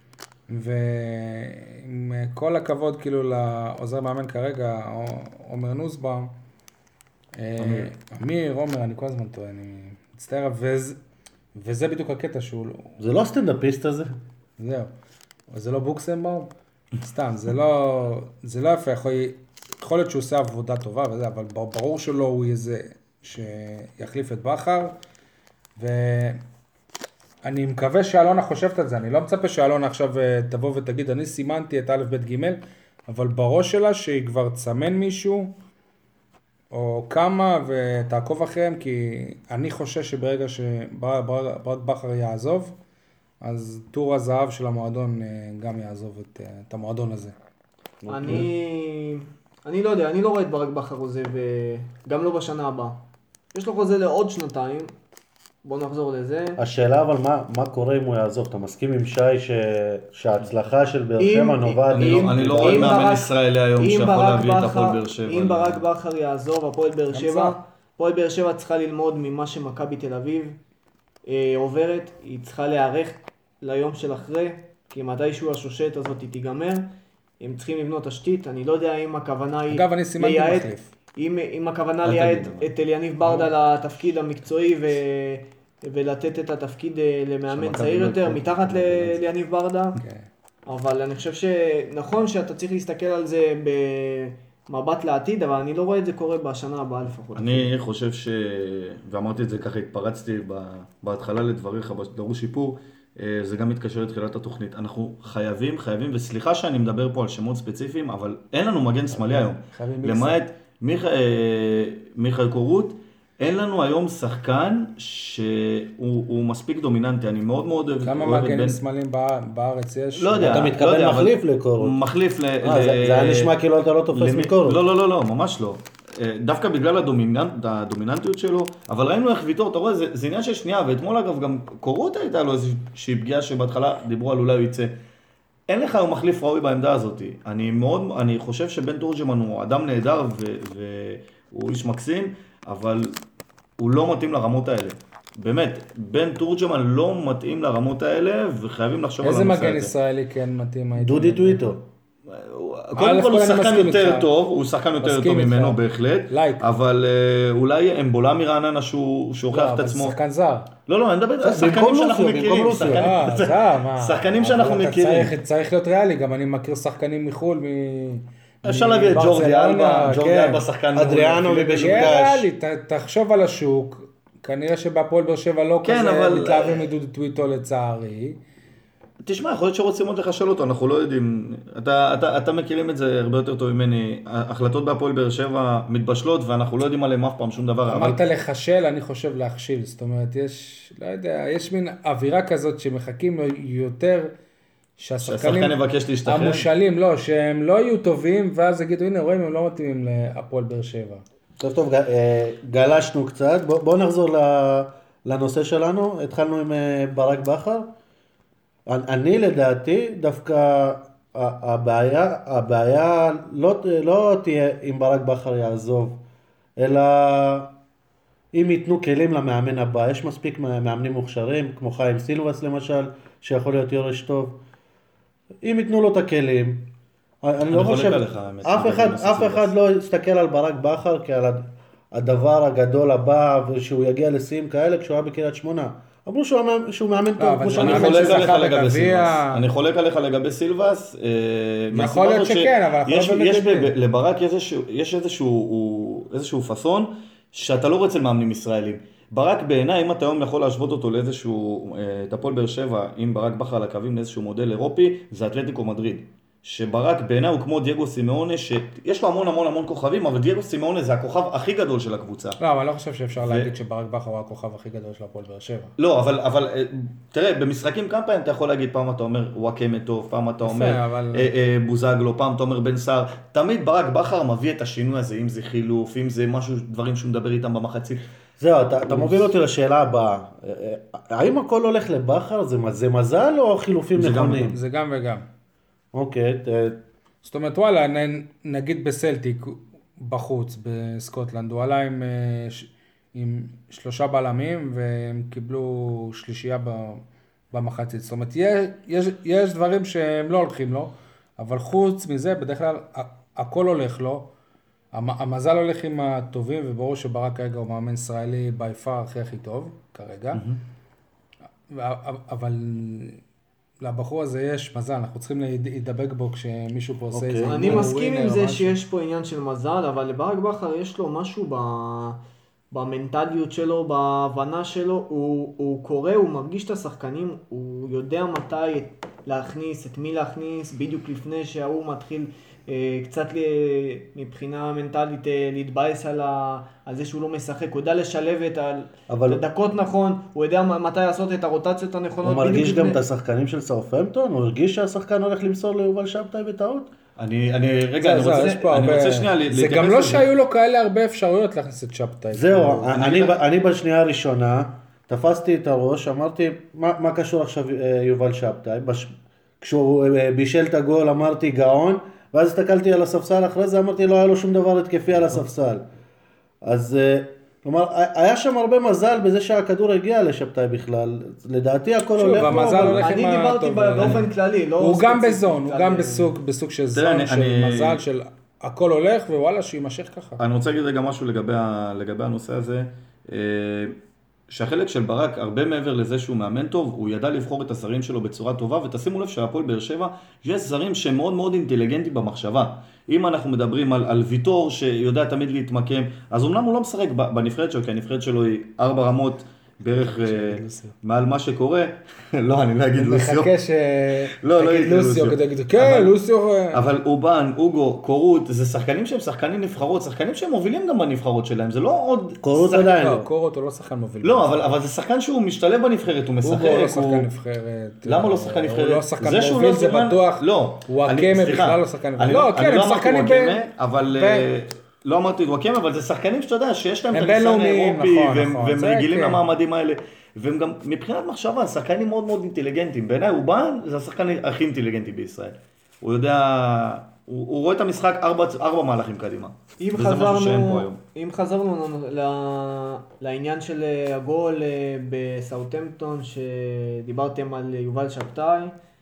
S3: ועם כל הכבוד כאילו לעוזר מאמן כרגע, עומר נוסבאום, אמיר, אמיר, עומר, אני כל הזמן טועה, אני מצטער, וזה, וזה בדיוק הקטע שהוא...
S5: זה לא הסטנדאפיסט הזה?
S3: זהו. אבל זה לא בוקסנבאום? סתם, זה לא, זה לא יפה, יכול, יכול להיות שהוא עושה עבודה טובה וזה, אבל ברור שלא הוא יהיה זה שיחליף את בכר, ואני מקווה שאלונה חושבת על זה, אני לא מצפה שאלונה עכשיו תבוא ותגיד, אני סימנתי את א' ב' ג', אבל בראש שלה שהיא כבר תסמן מישהו, או כמה, ותעקוב אחריהם, כי אני חושש שברגע שברק בכר יעזוב, אז טור הזהב של המועדון גם יעזוב את, את המועדון הזה.
S2: אני... אני לא יודע, אני לא רואה את ברק בכר עוזב, וגם לא בשנה הבאה. יש לו חוזה לעוד שנתיים, בוא נחזור לזה.
S5: השאלה אבל מה, מה קורה אם הוא יעזוב? אתה מסכים עם שי ש... שההצלחה של באר שבע נובעת?
S4: אני לא- אני לא רואה
S2: אם
S4: מאמן
S2: ברק-
S4: ישראלי היום
S2: אם
S4: שיכול
S2: ברק
S4: להביא את
S2: בכר-
S4: הפועל באר שבע.
S2: אם ברק בכר יעזוב, הפועל באר שבע,
S3: צר.
S2: הפועל באר שבע צריכה ללמוד ממה שמכבי תל אביב אה, עוברת, היא צריכה להיערך ליום של אחרי, כי מתישהו השושלת הזאת היא תיגמר, הם צריכים לבנות תשתית, אני לא יודע אם הכוונה היא
S3: אגב, אני סימנתי
S2: לייעד-
S3: מחליף.
S2: אם, אם הכוונה
S4: אל
S2: לייעד
S4: תגיד, אבל.
S2: את אליניב ברדה לתפקיד המקצועי ו... ולתת את התפקיד אה, למאמן
S4: שמכבי
S2: צעיר
S4: לא
S2: יותר,
S4: יקחו.
S2: מתחת לאליניב ברדה.
S3: כן.
S2: אבל אני חושב שנכון שאתה צריך להסתכל על זה במבט לעתיד, אבל אני לא רואה את זה קורה בשנה הבאה לפחות.
S4: אני חושב ש... ואמרתי את זה ככה, התפרצתי ב- בהתחלה לדבריך, דרוש שיפור, אה, זה גם מתקשר לתחילת התוכנית. אנחנו חייבים, חייבים, וסליחה שאני מדבר פה על שמות ספציפיים, אבל אין לנו מגן שמאלי היום.
S3: חייבים מיקסר.
S4: למעט מיכ- אה, מיכאל קורות, אין לנו היום שחקן שהוא הוא מספיק דומיננטי. אני מאוד מאוד אוהב
S3: כמה
S4: אוהב את
S3: מגנים
S4: בן-
S3: שמאליים בא- בארץ יש?
S4: לא יודע,
S5: אתה
S4: לא
S5: מתכוון
S4: יודע, אבל-
S5: מחליף לקורות.
S4: מחליף ל...
S5: אה,
S4: ל-
S5: זה זה היה נשמע כאילו אתה לא תופס
S4: למי-
S5: מקורות.
S4: לא, לא, לא, לא, ממש לא. אה, דווקא בגלל הדומיננט, הדומיננטיות שלו, אבל ראינו איך ויתור, אתה רואה, זה, זה עניין של שנייה, ואתמול אגב גם קורות הייתה לו איזושהי פגיעה שבהתחלה דיברו על אולי הוא יצא. אין לך היום מחליף ראוי בעמדה הזאת. אני מאוד, אני חושב שבן תורג'מן הוא אדם נהדר ו- והוא איש מקסים, אבל הוא לא מתאים לרמות האלה. באמת, בן תורג'מן לא מתאים לרמות האלה, וחייבים לחשוב על
S3: איזה
S4: הנושא הזה.
S3: מגן ישראלי כן מתאים? הייתי
S5: דודי
S3: אומר?
S5: טוויטו.
S4: קודם כל הוא
S3: אני
S4: שחקן
S3: מסכים
S4: יותר
S3: איתך.
S4: טוב, הוא שחקן יותר
S3: מסכים
S4: טוב
S3: איתך.
S4: ממנו בהחלט,
S3: לייק.
S4: אבל אה, אולי אמבולה מרעננה שהוא שהוא
S3: לא,
S4: הוכיח את
S3: אבל
S4: עצמו.
S3: שחקן זר.
S4: לא, לא, אני מדבר על
S5: במקום
S4: שחקנים שאנחנו
S5: לוסיו, במקום
S4: מכירים.
S5: לוסיו.
S4: שחקנים-
S3: אה, זר, מה?
S4: שחקנים
S3: אבל
S4: שאנחנו
S3: אתה
S4: מכירים.
S3: צריך- צריך להיות ריאלי, גם אני מכיר שחקנים מחו"ל, מ...
S4: אפשר להביא את ג'ורדי
S3: מברצלונה,
S4: אלבה, ג'ורדי
S3: כן.
S4: אלבה שחקן...
S5: אדריאנו
S4: מעולה.
S5: מבשיקטש.
S3: תהיה ריאלי, ת- תחשוב על השוק, כנראה שבהפועל באר שבע לא
S4: כן,
S3: כזה
S4: אבל-
S3: מתלהבים מדודי טוויטו לצערי.
S4: תשמע, יכול להיות שרוצים עוד לחשל אותו, אנחנו לא יודעים. אתה, אתה, אתה מכירים את זה הרבה יותר טוב ממני. ההחלטות בהפועל באר שבע מתבשלות, ואנחנו לא יודעים עליהם אף פעם שום דבר. אבל-
S3: אמרת לחשל, אני חושב להכשיל, זאת אומרת, יש, לא יודע, יש מין אווירה כזאת שמחכים יותר שהשחקנים
S4: שהשחקן יבקש להשתחרר.
S3: המושאלים, לא, שהם לא יהיו טובים, ואז יגידו, הנה, רואים, הם לא מתאימים להפועל באר שבע.
S5: טוב, טוב, ג- אה, גלשנו קצת. בוא- בואו נחזור ל- לנושא שלנו. התחלנו עם אה, ברק בכר. אני- אני לדעתי, דווקא ה- הבעיה, הבעיה לא, ת- לא תהיה אם ברק בכר יעזוב, אלא אם ייתנו כלים למאמן הבא. יש מספיק מאמנים מוכשרים, כמו חיים סילבס למשל, שיכול להיות יורש טוב. אם ייתנו לו את הכלים, אני לא
S4: חולק
S5: חושב,
S4: עליך, האמת,
S5: אף אחד,
S4: בנושא
S5: אף
S4: סילבס.
S5: אחד לא יסתכל על ברק בכר כעל הד- הדבר הגדול הבא, ושהוא יגיע לשיאים כאלה כשהוא היה בקריית שמונה. אמרו שהוא המאמן- שהוא מאמן טוב,
S3: אבל
S5: כמו
S3: זה
S5: שאני
S4: אני
S3: מאמן
S4: חולק
S3: שזכה
S4: עליך לגבי
S3: בגביע.
S4: סילבס. אני חולק עליך לגבי סילבס. אה, מהסיבה
S3: להיות
S4: הזאת
S3: שכן, אבל אנחנו
S4: יש-
S3: לא באמת
S4: יש
S3: יודעים.
S4: ב- לברק איזשהו- יש איזשהו הוא- איזשהו פאסון שאתה לא רואה אצל מאמנים ישראלים. ברק בעיניי, אם אתה היום יכול להשוות אותו לאיזשהו, אה, את הפועל באר שבע, עם ברק בכר על הקווים לאיזשהו מודל אירופי, זה אתלטיקו מדריד. שברק בעיניי הוא כמו דייגו סימאונה, שיש לו המון המון המון כוכבים, אבל דייגו סימאונה זה הכוכב הכי גדול של הקבוצה.
S3: לא, אבל אני לא חושב שאפשר להגיד שברק בכר הוא הכוכב הכי גדול של הפועל באר שבע.
S4: לא, אבל, אבל אה, תראה, במשחקים כמה פעמים אתה יכול להגיד, פעם אתה אומר וואקמה טוב, פעם אתה אומר
S3: אבל-
S4: אה, אה, בוזגלו, פעם אתה אומר בן סער. תמיד ברק בכר מביא את השינוי הזה, אם זה חילוף, אם זה משהו, דברים שהוא מדבר איתם במחצית.
S5: זהו, אתה, אתה מוביל אותי לשאלה הבאה. האם הכל הולך לבכר? זה, זה מזל או חילופים
S4: זה גם
S5: נכונים?
S3: זה גם וגם.
S5: אוקיי, ת-
S3: זאת אומרת, וואלה, נ- נגיד בסלטיק בחוץ, בסקוטלנד, הוא עלה עם, אה, ש- עם שלושה בלמים, והם קיבלו שלישייה ב- במחצית. זאת אומרת, יש, יש, יש דברים שהם לא הולכים לו, אבל חוץ מזה, בדרך כלל, ה- הכל הולך לו. המ- המזל הולך עם הטובים, וברור שברק כרגע הוא מאמן ישראלי by far הכי הכי טוב, כרגע. ו- אבל לבחור הזה יש מזל, אנחנו צריכים להידבק בו כשמישהו פה עושה
S5: אוקיי.
S3: איזה...
S2: אני
S3: הוא
S2: מסכים
S3: ווינר
S2: עם
S3: או
S2: זה
S3: משהו.
S2: שיש פה עניין של מזל, אבל לברק בכר יש לו משהו ב... במנטליות שלו, בהבנה שלו, הוא, הוא קורא, הוא מרגיש את השחקנים, הוא יודע מתי להכניס, את מי להכניס, בדיוק לפני שההוא מתחיל אה, קצת ל... מבחינה מנטלית אה, להתבאס על, ה... על זה שהוא לא משחק, הוא יודע לשלב את, ה...
S5: אבל-
S2: את הדקות נכון, הוא יודע מתי לעשות את הרוטציות הנכונות.
S5: הוא מרגיש
S2: בדיוק
S5: גם
S2: לפני-
S5: את השחקנים של סאות'המפטון? הוא הרגיש שהשחקן הולך למסור ליובל שבתאי בטעות?
S4: אני, אני, רגע, אני
S3: זה- זה,
S4: רוצה,
S3: יש פה
S4: אני
S3: הרבה-
S4: רוצה שנייה
S3: זה
S4: להתייחס
S3: גם לא
S4: לזה.
S3: שהיו לו כאלה הרבה אפשרויות להכניס את שבתאי.
S5: זהו,
S4: אני-
S5: אני, אני בשנייה הראשונה תפסתי את הראש, אמרתי, מה, מה קשור עכשיו אה, יובל שבתאי? בש... כשהוא אה, בישל את הגול אמרתי גאון, ואז הסתכלתי על הספסל אחרי זה, אמרתי לא היה לו שום דבר התקפי על הספסל. אז אה, כלומר, היה שם הרבה מזל בזה שהכדור הגיע לשבתאי בכלל. לדעתי הכל
S3: שוב,
S5: הולך פה.
S3: המזל
S5: אבל-
S3: הולך-
S2: אני
S3: עם
S2: דיברתי
S3: הטוב,
S2: באופן כללי, לא
S3: הוא גם
S2: ספציפית
S3: בזון, הוא
S2: על-
S3: גם בסוג, בסוג של
S4: תראה,
S3: זון,
S4: אני-
S3: של
S4: אני-
S3: מזל, של הכל הולך, ווואלה, שימשך ככה.
S4: אני רוצה להגיד רגע משהו לגבי, ה- לגבי הנושא הזה, אה, שהחלק של ברק, הרבה מעבר לזה שהוא מאמן טוב, הוא ידע לבחור את הזרים שלו בצורה טובה, ותשימו לב שהפועל באר שבע, יש זרים שהם מאוד מאוד אינטליגנטים במחשבה. אם אנחנו מדברים על, על ויטור שיודע תמיד להתמקם, אז אמנם הוא לא משחק ב- בנבחרת שלו, כי הנבחרת שלו היא ארבע רמות בערך אה,
S3: לוסיו.
S4: מעל מה שקורה. לא, אני לא אגיד לוסיו.
S3: מחכה ש...
S4: לא, לא
S3: תגיד
S4: יקרה
S3: לוסיו,
S4: לוסיו.
S3: כדי להגיד, כן,
S4: אבל-
S3: לוסיו...
S4: אבל אובן, אוגו, קורות, זה שחקנים שהם שחקנים נבחרות, שחקנים שהם מובילים גם בנבחרות שלהם, זה לא עוד...
S5: קורות
S4: שחק-
S5: עדיין
S3: לא,
S5: לא.
S3: קורות הוא לא שחקן מוביל.
S4: לא, אבל, אבל זה שחקן שהוא משתלב בנבחרת, הוא משחק,
S3: אוגו הוא לא
S4: הוא...
S3: שחקן נבחרת.
S4: למה לא שחקן נבחרת?
S3: הוא לא שחקן
S4: זה שהוא
S3: מוביל,
S4: לא
S3: זה
S4: זומן-
S3: בטוח.
S4: לא.
S3: הוא
S4: אני-
S3: הקמה
S4: סליחה.
S3: בכלל לא שחקן נבחרת.
S4: אני
S3: לא,
S4: אני
S3: כן, הם
S4: אמרתי
S3: שחקנים
S4: וואקמה,
S3: בין...
S4: אבל...
S3: בין-
S4: אה, לא אמרתי וואקמה, אבל זה שחקנים שאתה יודע, שיש להם
S3: הם
S4: את הניסיון
S3: בינלאומיים,
S4: האירופי,
S3: נכון,
S4: והם,
S3: נכון,
S4: והם
S3: זה
S4: רגילים
S3: כן.
S4: למעמדים האלה. והם גם, מבחינת מחשבה, שחקנים מאוד מאוד אינטליגנטים. בעיניי, אובן זה השחקן הכי אינטליגנטי בישראל. הוא יודע... הוא, הוא רואה את המשחק ארבע, ארבע מהלכים קדימה.
S2: אם
S4: וזה משהו שאין פה
S2: חזרנו,
S4: היום.
S2: אם חזרנו ל- לעניין של אה, הגול אה, בסאוטהמפטון, שדיברתם על יובל שבתאי,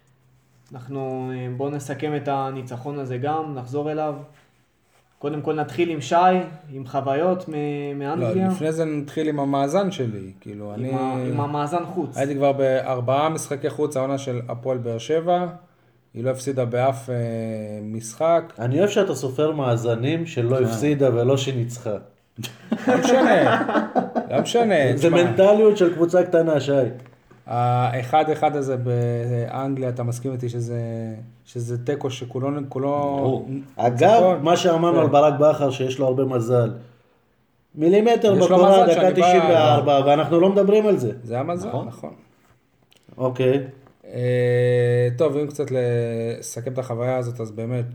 S2: אנחנו אה, בואו נסכם את הניצחון הזה גם, נחזור אליו. קודם כל נתחיל עם שי, עם חוויות מ-
S3: לא,
S2: מאנגליה,
S3: לפני זה נתחיל עם המאזן שלי. כאילו, אני...
S2: עם, ה- עם המאזן חוץ.
S3: הייתי כבר בארבעה משחקי חוץ, העונה של הפועל באר שבע. היא לא הפסידה באף אה, משחק.
S5: אני אוהב שאתה סופר מאזנים שלא הפסידה ולא שניצחה.
S3: לא משנה. לא משנה.
S5: זה
S3: תשמע,
S5: מנטליות של קבוצה קטנה, שי.
S3: האחד אחד הזה באנגליה, אתה מסכים איתי שזה, שזה תיקו שכולו, כולו...
S4: ברור.
S5: אגב,
S3: נכון.
S5: מה שאמרנו על ברק בכר שיש לו הרבה מזל. מילימטר
S3: יש לו
S5: בקורה,
S3: מזל
S5: דקה
S3: שאני בא-
S5: תשעים וארבע, ואנחנו לא מדברים על זה.
S3: זה המזל,
S4: נכון.
S3: נכון.
S5: אוקיי.
S3: אה, טוב, אם קצת לסכם את החוויה הזאת, אז באמת,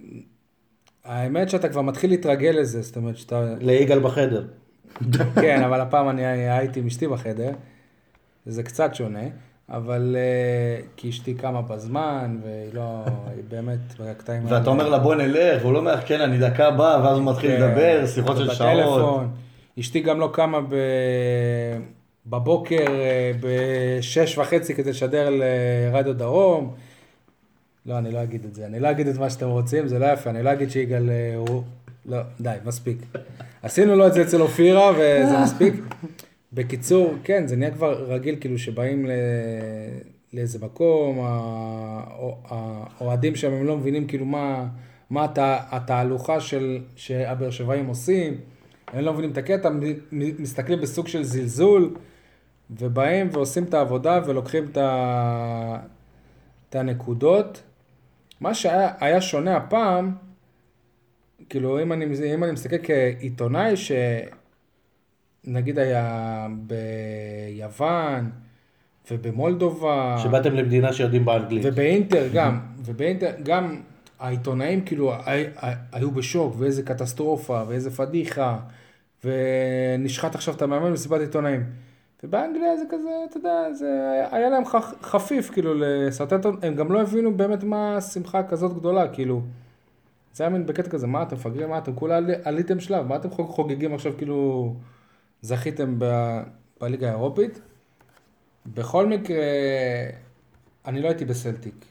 S3: האמת שאתה כבר מתחיל להתרגל לזה, זאת אומרת שאתה...
S5: ליגאל בחדר.
S3: כן, אבל הפעם אני הייתי עם אשתי בחדר, זה קצת שונה, אבל אה, כי אשתי קמה בזמן, והיא לא, היא באמת בקטעים...
S4: ואתה אומר לה בוא נלך, והוא לא אומר כן אני דקה הבאה, ואז הוא מתחיל
S3: כן,
S4: לדבר, שיחות של שעות.
S3: בטלפון. אשתי גם לא קמה ב... בבוקר אה, בשש וחצי כדי לשדר לרדיו דרום. לא, אני לא אגיד את זה. אני לא אגיד את מה שאתם רוצים, זה לא יפה. אני לא אגיד שיגאל אה, הוא... לא, די, מספיק. עשינו לו את זה אצל אופירה וזה מספיק. בקיצור, כן, זה נהיה כבר רגיל, כאילו שבאים ל... לאיזה מקום, האוהדים שם הם לא מבינים כאילו מה, מה התה... התהלוכה של... שהבאר שבעים עושים. הם לא מבינים את הקטע, מסתכלים בסוג של זלזול, ובאים ועושים את העבודה ולוקחים את, ה... את הנקודות. מה שהיה היה שונה הפעם, כאילו אם אני, אם אני מסתכל כעיתונאי, שנגיד היה ביוון ובמולדובה,
S5: שבאתם למדינה שיודעים באנגלית.
S3: ובאינטר גם, ובאינטר גם העיתונאים כאילו היו בשוק, ואיזה קטסטרופה, ואיזה פדיחה, ונשחט עכשיו את המאמן מסיבת עיתונאים. ובאנגליה זה כזה, אתה יודע, זה היה להם חפיף, כאילו, לסרטטון, הם גם לא הבינו באמת מה השמחה כזאת גדולה, כאילו, זה היה מין בקטע כזה, מה אתם מפגרים, מה אתם כולה עליתם שלב, מה אתם חוגגים עכשיו, כאילו, זכיתם ב- בליגה האירופית. בכל מקרה, אני לא הייתי בסלטיק,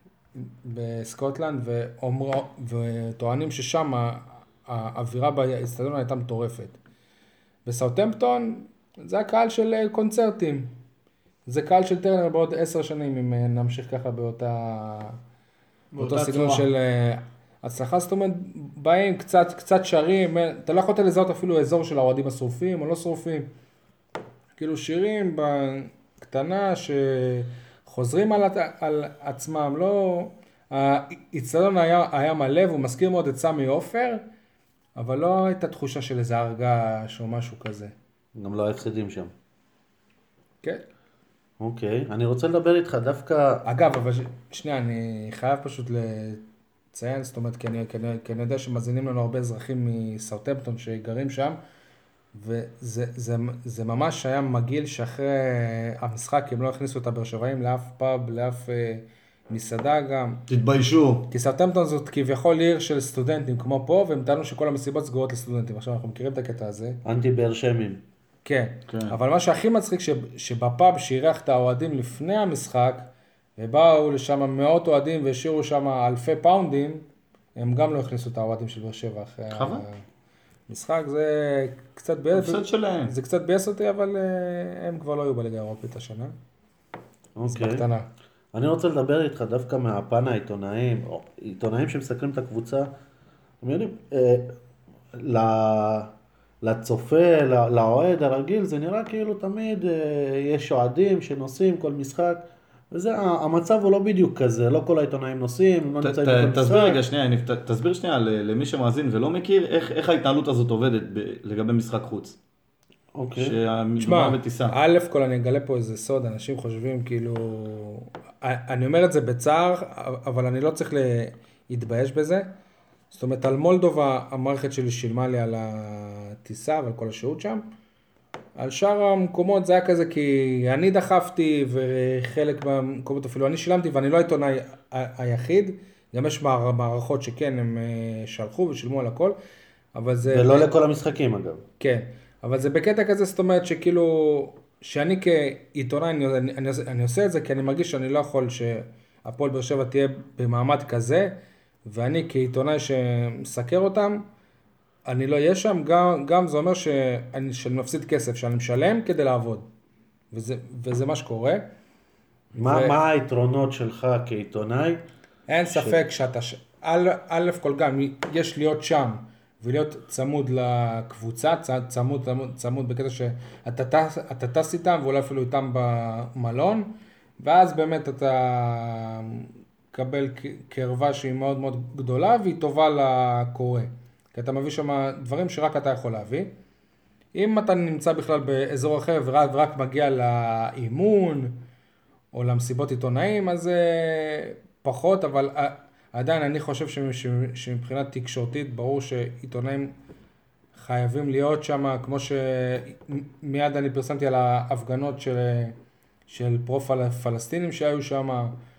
S3: בסקוטלנד, ואומר, וטוענים ששם האווירה באצטדיון הייתה מטורפת. בסאוטהמפטון, זה הקהל של קונצרטים. זה קהל של טרנר בעוד עשר שנים, אם נמשיך ככה באותה, באותו סגנון של הצלחה. זאת אומרת, באים קצת, קצת שרים, אתה לא יכולת לזהות אפילו אזור של האוהדים השרופים או לא שרופים. כאילו שירים בקטנה שחוזרים על, על עצמם, לא... האצטדיון היה, היה מלא, והוא מזכיר מאוד את סמי עופר, אבל לא הייתה תחושה של איזה הרגש או משהו כזה.
S5: גם לא ההפסדים שם.
S3: כן.
S5: אוקיי, אני רוצה לדבר איתך דווקא...
S3: אגב, אבל ש... שנייה, אני חייב פשוט לציין, זאת אומרת, כי אני, כי אני, כי אני יודע שמזינים לנו הרבה אזרחים מסאוטהמפטון שגרים שם, וזה זה, זה ממש היה מגעיל שאחרי המשחק הם לא הכניסו את הבאר שבעים לאף פאב, לאף אה, מסעדה גם.
S4: תתביישו.
S3: כי סאות'המפטון זאת כביכול עיר של סטודנטים כמו פה, והם טענו שכל המסיבות סגורות לסטודנטים. עכשיו אנחנו מכירים את הקטע הזה.
S5: אנטי באר שמים.
S3: כן,
S4: כן.
S3: אבל מה שהכי מצחיק ש, שבפאב שאירח את האוהדים לפני המשחק, ובאו לשם מאות אוהדים והשאירו שם אלפי פאונדים, הם גם לא הכניסו את האוהדים של באר שבע אחרי המשחק. זה קצת ביאס, זה קצת ביאס אותי, אבל הם כבר לא היו בליגה האירופית השנה.
S5: אוקיי.
S3: בקטנה.
S5: אני רוצה לדבר איתך דווקא מהפן העיתונאים, או עיתונאים שמסקרים את הקבוצה. אתם יודעים, אה, לצופה, לאוהד הרגיל, זה נראה כאילו תמיד אה, יש אוהדים שנוסעים כל משחק, וזה, המצב הוא לא בדיוק כזה, לא כל העיתונאים נוסעים, לא נמצאים בכל משחק.
S4: תסביר רגע שנייה, תסביר שנייה למי שמאזין ולא מכיר, איך, איך ההתנהלות הזאת עובדת לגבי משחק חוץ.
S5: אוקיי.
S3: תשמע, א' כל אני אגלה פה איזה סוד, אנשים חושבים כאילו, אני אומר את זה בצער, אבל אני לא צריך להתבייש בזה. זאת אומרת, על מולדובה המערכת שלי שילמה לי על הטיסה ועל כל השהות שם. על שאר המקומות זה היה כזה כי אני דחפתי וחלק מהמקומות אפילו אני שילמתי ואני לא העיתונאי היחיד. גם יש מערכות שכן הם שלחו ושילמו על הכל. אבל זה...
S5: ולא לכל המשחקים אגב.
S3: כן. אבל זה בקטע כזה, זאת אומרת שכאילו, שאני כעיתונאי, אני, אני, אני, אני עושה את זה כי אני מרגיש שאני לא יכול שהפועל באר שבע תהיה במעמד כזה, ואני כעיתונאי שמסקר אותם, אני לא אהיה שם, גם, גם זה אומר שאני, שאני מפסיד כסף, שאני משלם כדי לעבוד. וזה, וזה מה שקורה.
S5: מה, ו... מה היתרונות שלך כעיתונאי?
S3: אין ש... ספק שאתה, א', א' כל גם, יש להיות שם, ולהיות צמוד לקבוצה, צמוד, צמוד, צמוד בקטע שאתה טס, אתה טס איתם ואולי אפילו איתם במלון, ואז באמת אתה מקבל קרבה שהיא מאוד מאוד גדולה והיא טובה לקורא. כי אתה מביא שם דברים שרק אתה יכול להביא. אם אתה נמצא בכלל באזור אחר ורק, ורק מגיע לאימון או למסיבות עיתונאים, אז פחות, אבל... עדיין אני חושב שמבחינת תקשורתית ברור שעיתונאים חייבים להיות שם, כמו שמיד אני פרסמתי על ההפגנות של, של פרו-פלסטינים שהיו שם,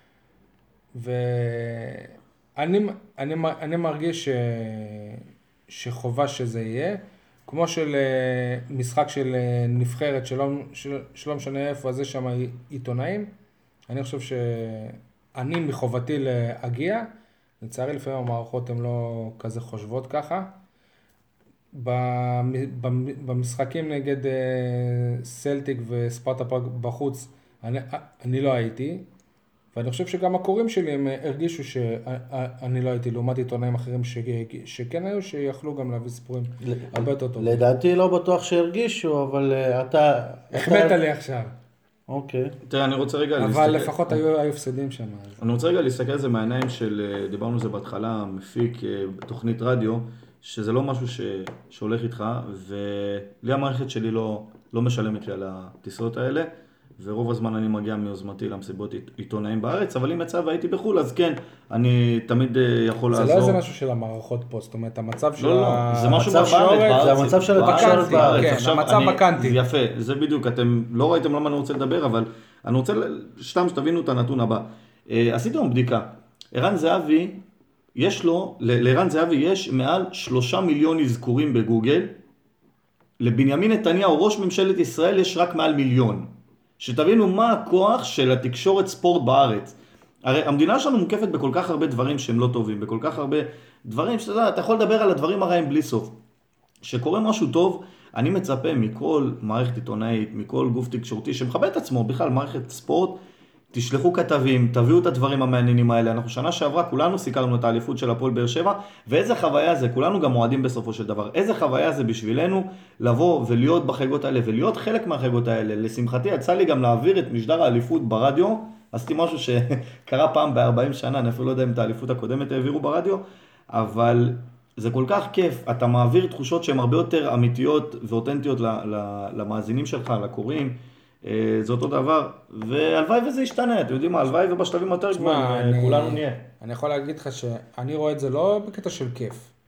S3: ואני אני, אני מרגיש ש, שחובה שזה יהיה, כמו של משחק של נבחרת שלא, שלא משנה איפה, אז יש שם עיתונאים, אני חושב שאני מחובתי להגיע, לצערי לפעמים המערכות הן לא כזה חושבות ככה. במשחקים נגד סלטיק וספרטה פראג בחוץ, אני, אני לא הייתי, ואני חושב שגם הקוראים שלי הם הרגישו שאני לא הייתי, לעומת עיתונאים אחרים ש, שכן היו, שיכלו גם להביא סיפורים הרבה יותר טוב.
S5: לדעתי לא בטוח שהרגישו, אבל אתה...
S3: החמאת לי עכשיו.
S5: אוקיי.
S4: תראה, אני רוצה רגע...
S3: אבל לפחות היו הפסדים שם.
S4: אני רוצה רגע להסתכל על זה מהעיניים של, דיברנו על זה בהתחלה, מפיק בתוכנית רדיו, שזה לא משהו ש, שהולך איתך, ולי המערכת שלי לא, לא משלמת לי על הטיסות האלה, ורוב הזמן אני מגיע מיוזמתי למסיבות עיתונאים בארץ, אבל אם יצא והייתי בחול, אז כן, אני תמיד יכול לעזור.
S3: זה לא איזה משהו של המערכות פה, זאת אומרת, המצב של
S4: לא, לא, זה משהו בארץ,
S5: זה המצב של התקשורת בארץ.
S3: כן, המצב בקנטי.
S4: יפה, זה בדיוק, אתם לא ראיתם למה אני רוצה לדבר, אבל אני רוצה שתם שתבינו את הנתון הבא. עשיתי לנו בדיקה, ערן זהבי, יש לו, לערן זהבי יש מעל שלושה מיליון אזכורים בגוגל, לבנימין נתניהו, ראש ממשלת ישראל, יש רק מעל מיליון. שתבינו מה הכוח של התקשורת ספורט בארץ. הרי המדינה שלנו מוקפת בכל כך הרבה דברים שהם לא טובים, בכל כך הרבה דברים שאתה יודע, אתה יכול לדבר על הדברים הרעים בלי סוף. שקורה משהו טוב, אני מצפה מכל מערכת עיתונאית, מכל גוף תקשורתי שמכבד את עצמו, בכלל מערכת ספורט, תשלחו כתבים, תביאו את הדברים המעניינים האלה. אנחנו שנה שעברה, כולנו סיקרנו את האליפות של הפועל באר שבע, ואיזה חוויה זה, כולנו גם מועדים בסופו של דבר. איזה חוויה זה בשבילנו לבוא ולהיות בחגות האלה, ולהיות חלק מהחגות האלה. לשמחתי, יצא לי גם להעביר את משדר האליפות ברדיו, עשיתי משהו שקרה פעם ב-ארבעים שנה, אני אפילו לא יודע אם את האליפות הקודמת העבירו ברדיו, אבל זה כל כך כיף, אתה מעביר תחושות שהן הרבה יותר אמיתיות ואותנטיות למאזינים שלך, לקוראים. זה אותו דבר, והלוואי וזה ישתנה, אתם יודעים מה, הלוואי ובשלבים יותר גבוהים, כולנו נהיה.
S3: אני יכול להגיד לך שאני רואה את זה לא בקטע של כיף,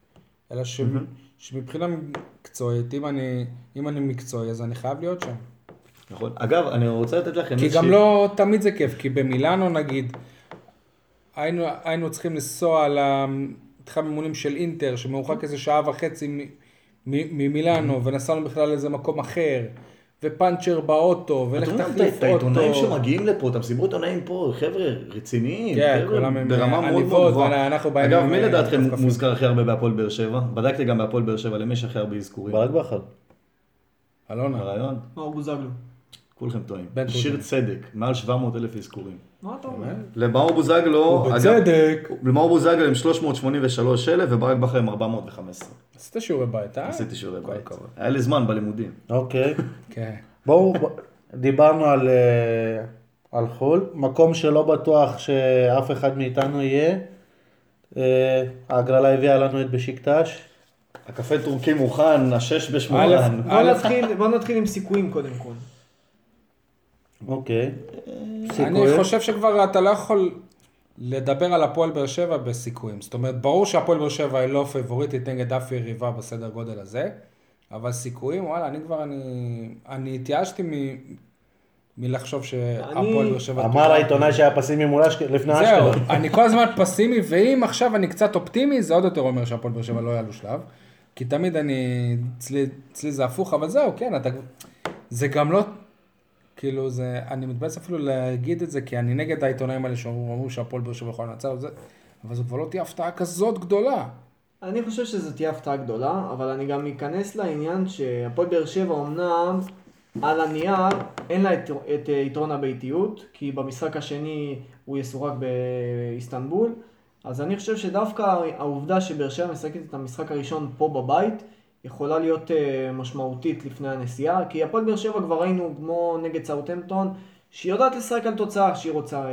S3: אלא ש... שמבחינה מקצועית, אם אני, אם אני מקצועי, אז אני חייב להיות שם.
S4: נכון. אגב, אני רוצה לתת לכם...
S3: כי גם לא תמיד זה כיף, כי במילאנו נגיד, היינו, היינו צריכים לנסוע למתחם אימונים של אינטר, שמרוחק איזה שעה וחצי ממילאנו, ונסענו בכלל לאיזה מקום אחר, ופאנצ'ר באוטו, ולך תחליף
S4: את
S3: אוטו.
S4: העיתונאים שמגיעים לפה, את המסיבות עיתונאים פה, חבר'ה רציניים,
S3: כן,
S4: חבר'ה
S3: כולם הם
S4: ברמה מאוד
S3: עניבות,
S4: מאוד גבוהה.
S3: ואנחנו באים
S4: אגב,
S3: עם,
S4: מי
S3: אה,
S4: לדעתכם
S3: כפכפים.
S4: מוזכר הכי הרבה בהפועל באר שבע? בדקתי גם בהפועל באר שבע, למי שהכי הרבה אזכורים.
S5: ברק בכר.
S3: אלונה.
S4: הרעיון?
S2: מאור בוזגלו.
S4: כולכם טועים.
S3: בן
S4: שיר
S3: טובים.
S4: צדק, מעל שבע מאות אלף אזכורים.
S2: מה אתה אומר?
S4: למאור בוזגלו,
S3: ובצדק.
S4: אגב, למאור בוזגלו עם שלוש מאות שמונים ושלוש אלף וברק בכר עם ארבע מאות וחמש עשרה.
S3: עשית שיעורי בית, אה?
S4: עשיתי שיעורי
S3: כל
S4: בית.
S3: הכבוד.
S4: היה לי זמן בלימודים.
S5: אוקיי.
S3: כן.
S5: בואו, ב- דיברנו על, אה, על חול, מקום שלא בטוח שאף אחד מאיתנו יהיה. אה, ההגרלה הביאה לנו את בשיקטש.
S4: הקפה טורקי מוכן, השש בשמונה.
S3: א',
S2: בוא נתחיל, בוא נתחיל עם סיכויים קודם כל.
S5: אוקיי.
S3: אני חושב שכבר אתה לא יכול לדבר על הפועל באר שבע בסיכויים. זאת אומרת, ברור שהפועל באר שבע היא לא פייבוריטית נגד אף יריבה בסדר גודל הזה, אבל סיכויים, וואלה, אני כבר, אני, אני התייאשתי מ, מלחשוב שהפועל באר שבע...
S5: אמר העיתונאי שהיה פסימי מול אשקלון, לפני
S3: זהו,
S5: אשקלון.
S3: אני כל הזמן פסימי, ואם עכשיו אני קצת אופטימי, זה עוד יותר אומר שהפועל באר שבע לא יעלו שלב, כי תמיד אני, אצלי, אצלי זה הפוך, אבל זהו, כן, אתה, זה גם לא... כאילו זה, אני מתבאס אפילו להגיד את זה, כי אני נגד העיתונאים האלה שאומרו שהפועל באר שבע יכול לנצח, אבל זו כבר לא תהיה הפתעה כזאת גדולה.
S2: אני חושב שזו תהיה הפתעה גדולה, אבל אני גם אכנס לעניין שהפועל באר שבע אומנם על הנייר אין לה את, את יתרון הביתיות, כי במשחק השני הוא יסורק באיסטנבול, אז אני חושב שדווקא העובדה שבאר שבע משחקת את המשחק הראשון פה בבית, יכולה להיות uh, משמעותית לפני הנסיעה, כי הפועל באר שבע כבר ראינו כמו נגד סאות'המפטון, שהיא יודעת לשחק על תוצאה שהיא רוצה uh,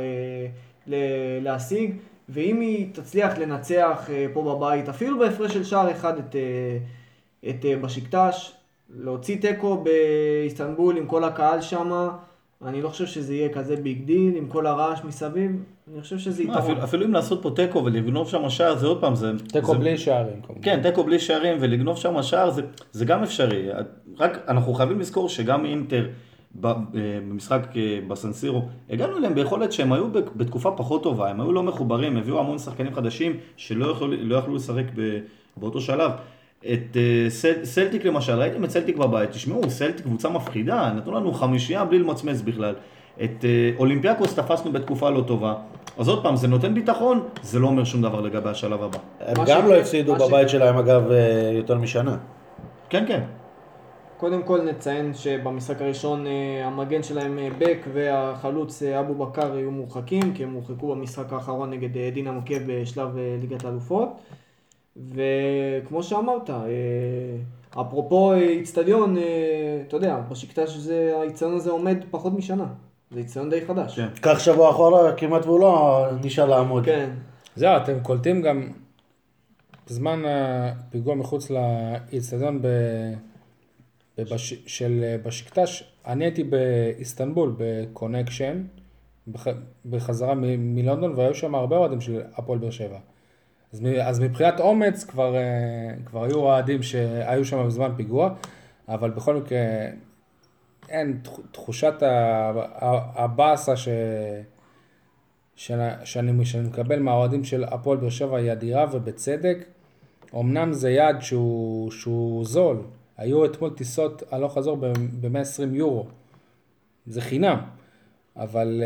S2: ל- להשיג, ואם היא תצליח לנצח uh, פה בבית, אפילו בהפרש של שער אחד את, uh, את uh, בשיקטש, להוציא תיקו באיסטנבול עם כל הקהל שמה, אני לא חושב שזה יהיה כזה ביג דיל, עם כל הרעש מסביב, אני חושב שזה יתרון.
S4: אפילו, אפילו אם לעשות פה תיקו ולגנוב שם שער, זה עוד פעם, זה...
S3: תיקו
S4: זה...
S3: בלי שערים. כמובן.
S4: כן, תיקו בלי שערים ולגנוב שם שער, זה, זה גם אפשרי. רק אנחנו חייבים לזכור שגם אינטר במשחק בסנסירו, הגענו אליהם ביכולת שהם היו בתקופה פחות טובה, הם היו לא מחוברים, הביאו המון שחקנים חדשים שלא יכלו, לא יכלו לשחק באותו שלב. את סל, סלטיק למשל, ראיתם את סלטיק בבית, תשמעו, סלטיק קבוצה מפחידה, נתנו לנו חמישייה בלי למצמץ בכלל. את אולימפיאקוס תפסנו בתקופה לא טובה. אז עוד פעם, זה נותן ביטחון, זה לא אומר שום דבר לגבי השלב הבא.
S5: הם גם לא הפסידו בבית שלהם אגב יותר משנה.
S4: כן, כן.
S2: קודם כל נציין שבמשחק הראשון המגן שלהם בק והחלוץ אבו בכר היו מורחקים, כי הם מורחקו במשחק האחרון נגד דינמו קייב בשלב ליגת האלופות. וכמו שאמרת, אפרופו איצטדיון, אתה יודע, בשיקטש האיצטדיון הזה עומד פחות משנה. זה איצטדיון די חדש.
S4: כן.
S5: כך שבוע אחורה כמעט והוא לא נשאר לעמוד.
S2: כן.
S3: זהו, אתם קולטים גם בזמן הפיגוע מחוץ לאיצטדיון ב... בבש... של בשיקטש, אני הייתי באיסטנבול בקונקשן, בח... בחזרה מ... מלונדון, והיו שם הרבה אוהדים של הפועל באר שבע. אז, אז מבחינת אומץ כבר, כבר היו אוהדים שהיו שם בזמן פיגוע, אבל בכל מקרה אין תחושת הבאסה ש... שאני, שאני, שאני מקבל מהאוהדים של הפועל באר שבע היא אדירה ובצדק. אמנם זה יעד שהוא, שהוא זול, היו אתמול טיסות הלוך חזור ב-מאה ועשרים יורו, זה חינם, אבל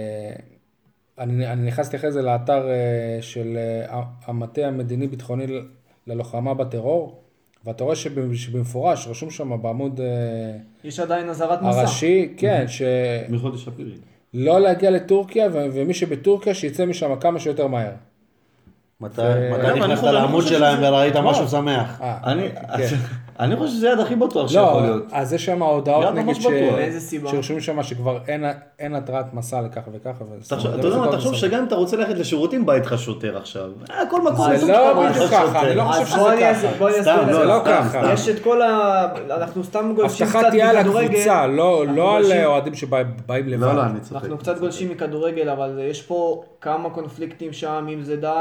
S3: אני, אני נכנסתי אחרי זה לאתר של המטה המדיני ביטחוני ללוחמה בטרור, ואתה רואה שבמפורש רשום שם בעמוד
S2: יש עדיין אזהרת מסע.
S3: הראשי, כן, ש...
S4: מחודש אפריל.
S3: לא להגיע לטורקיה, ומי שבטורקיה שיצא משם כמה שיותר מהר.
S5: מתי נכנסת לעמוד שלהם וראית משהו שמח?
S4: אני חושב שזה יד הכי בטוח שיכול להיות.
S3: אז יש שם ההודעות נגיד
S2: ש...
S3: שרשומים שם שכבר אין התרעת מסע לכך וככה.
S4: אתה יודע מה, תחשוב שגם אם אתה רוצה ללכת לשירותים בא איתך שוטר עכשיו. כל מקום
S3: זה לא בדיוק ככה, אני לא חושב שזה ככה.
S2: בואי נסביר את
S3: זה לא ככה.
S2: יש את כל ה... אנחנו סתם גולשים קצת
S3: הבטחת תהיה על
S2: מכדורגל.
S3: הקבוצה, לא על אוהדים שבאים לבד.
S4: לא, לא, אני צוחק.
S2: אנחנו קצת גולשים מכדורגל, אבל יש פה כמה קונפליקטים שם, אם זה דאעש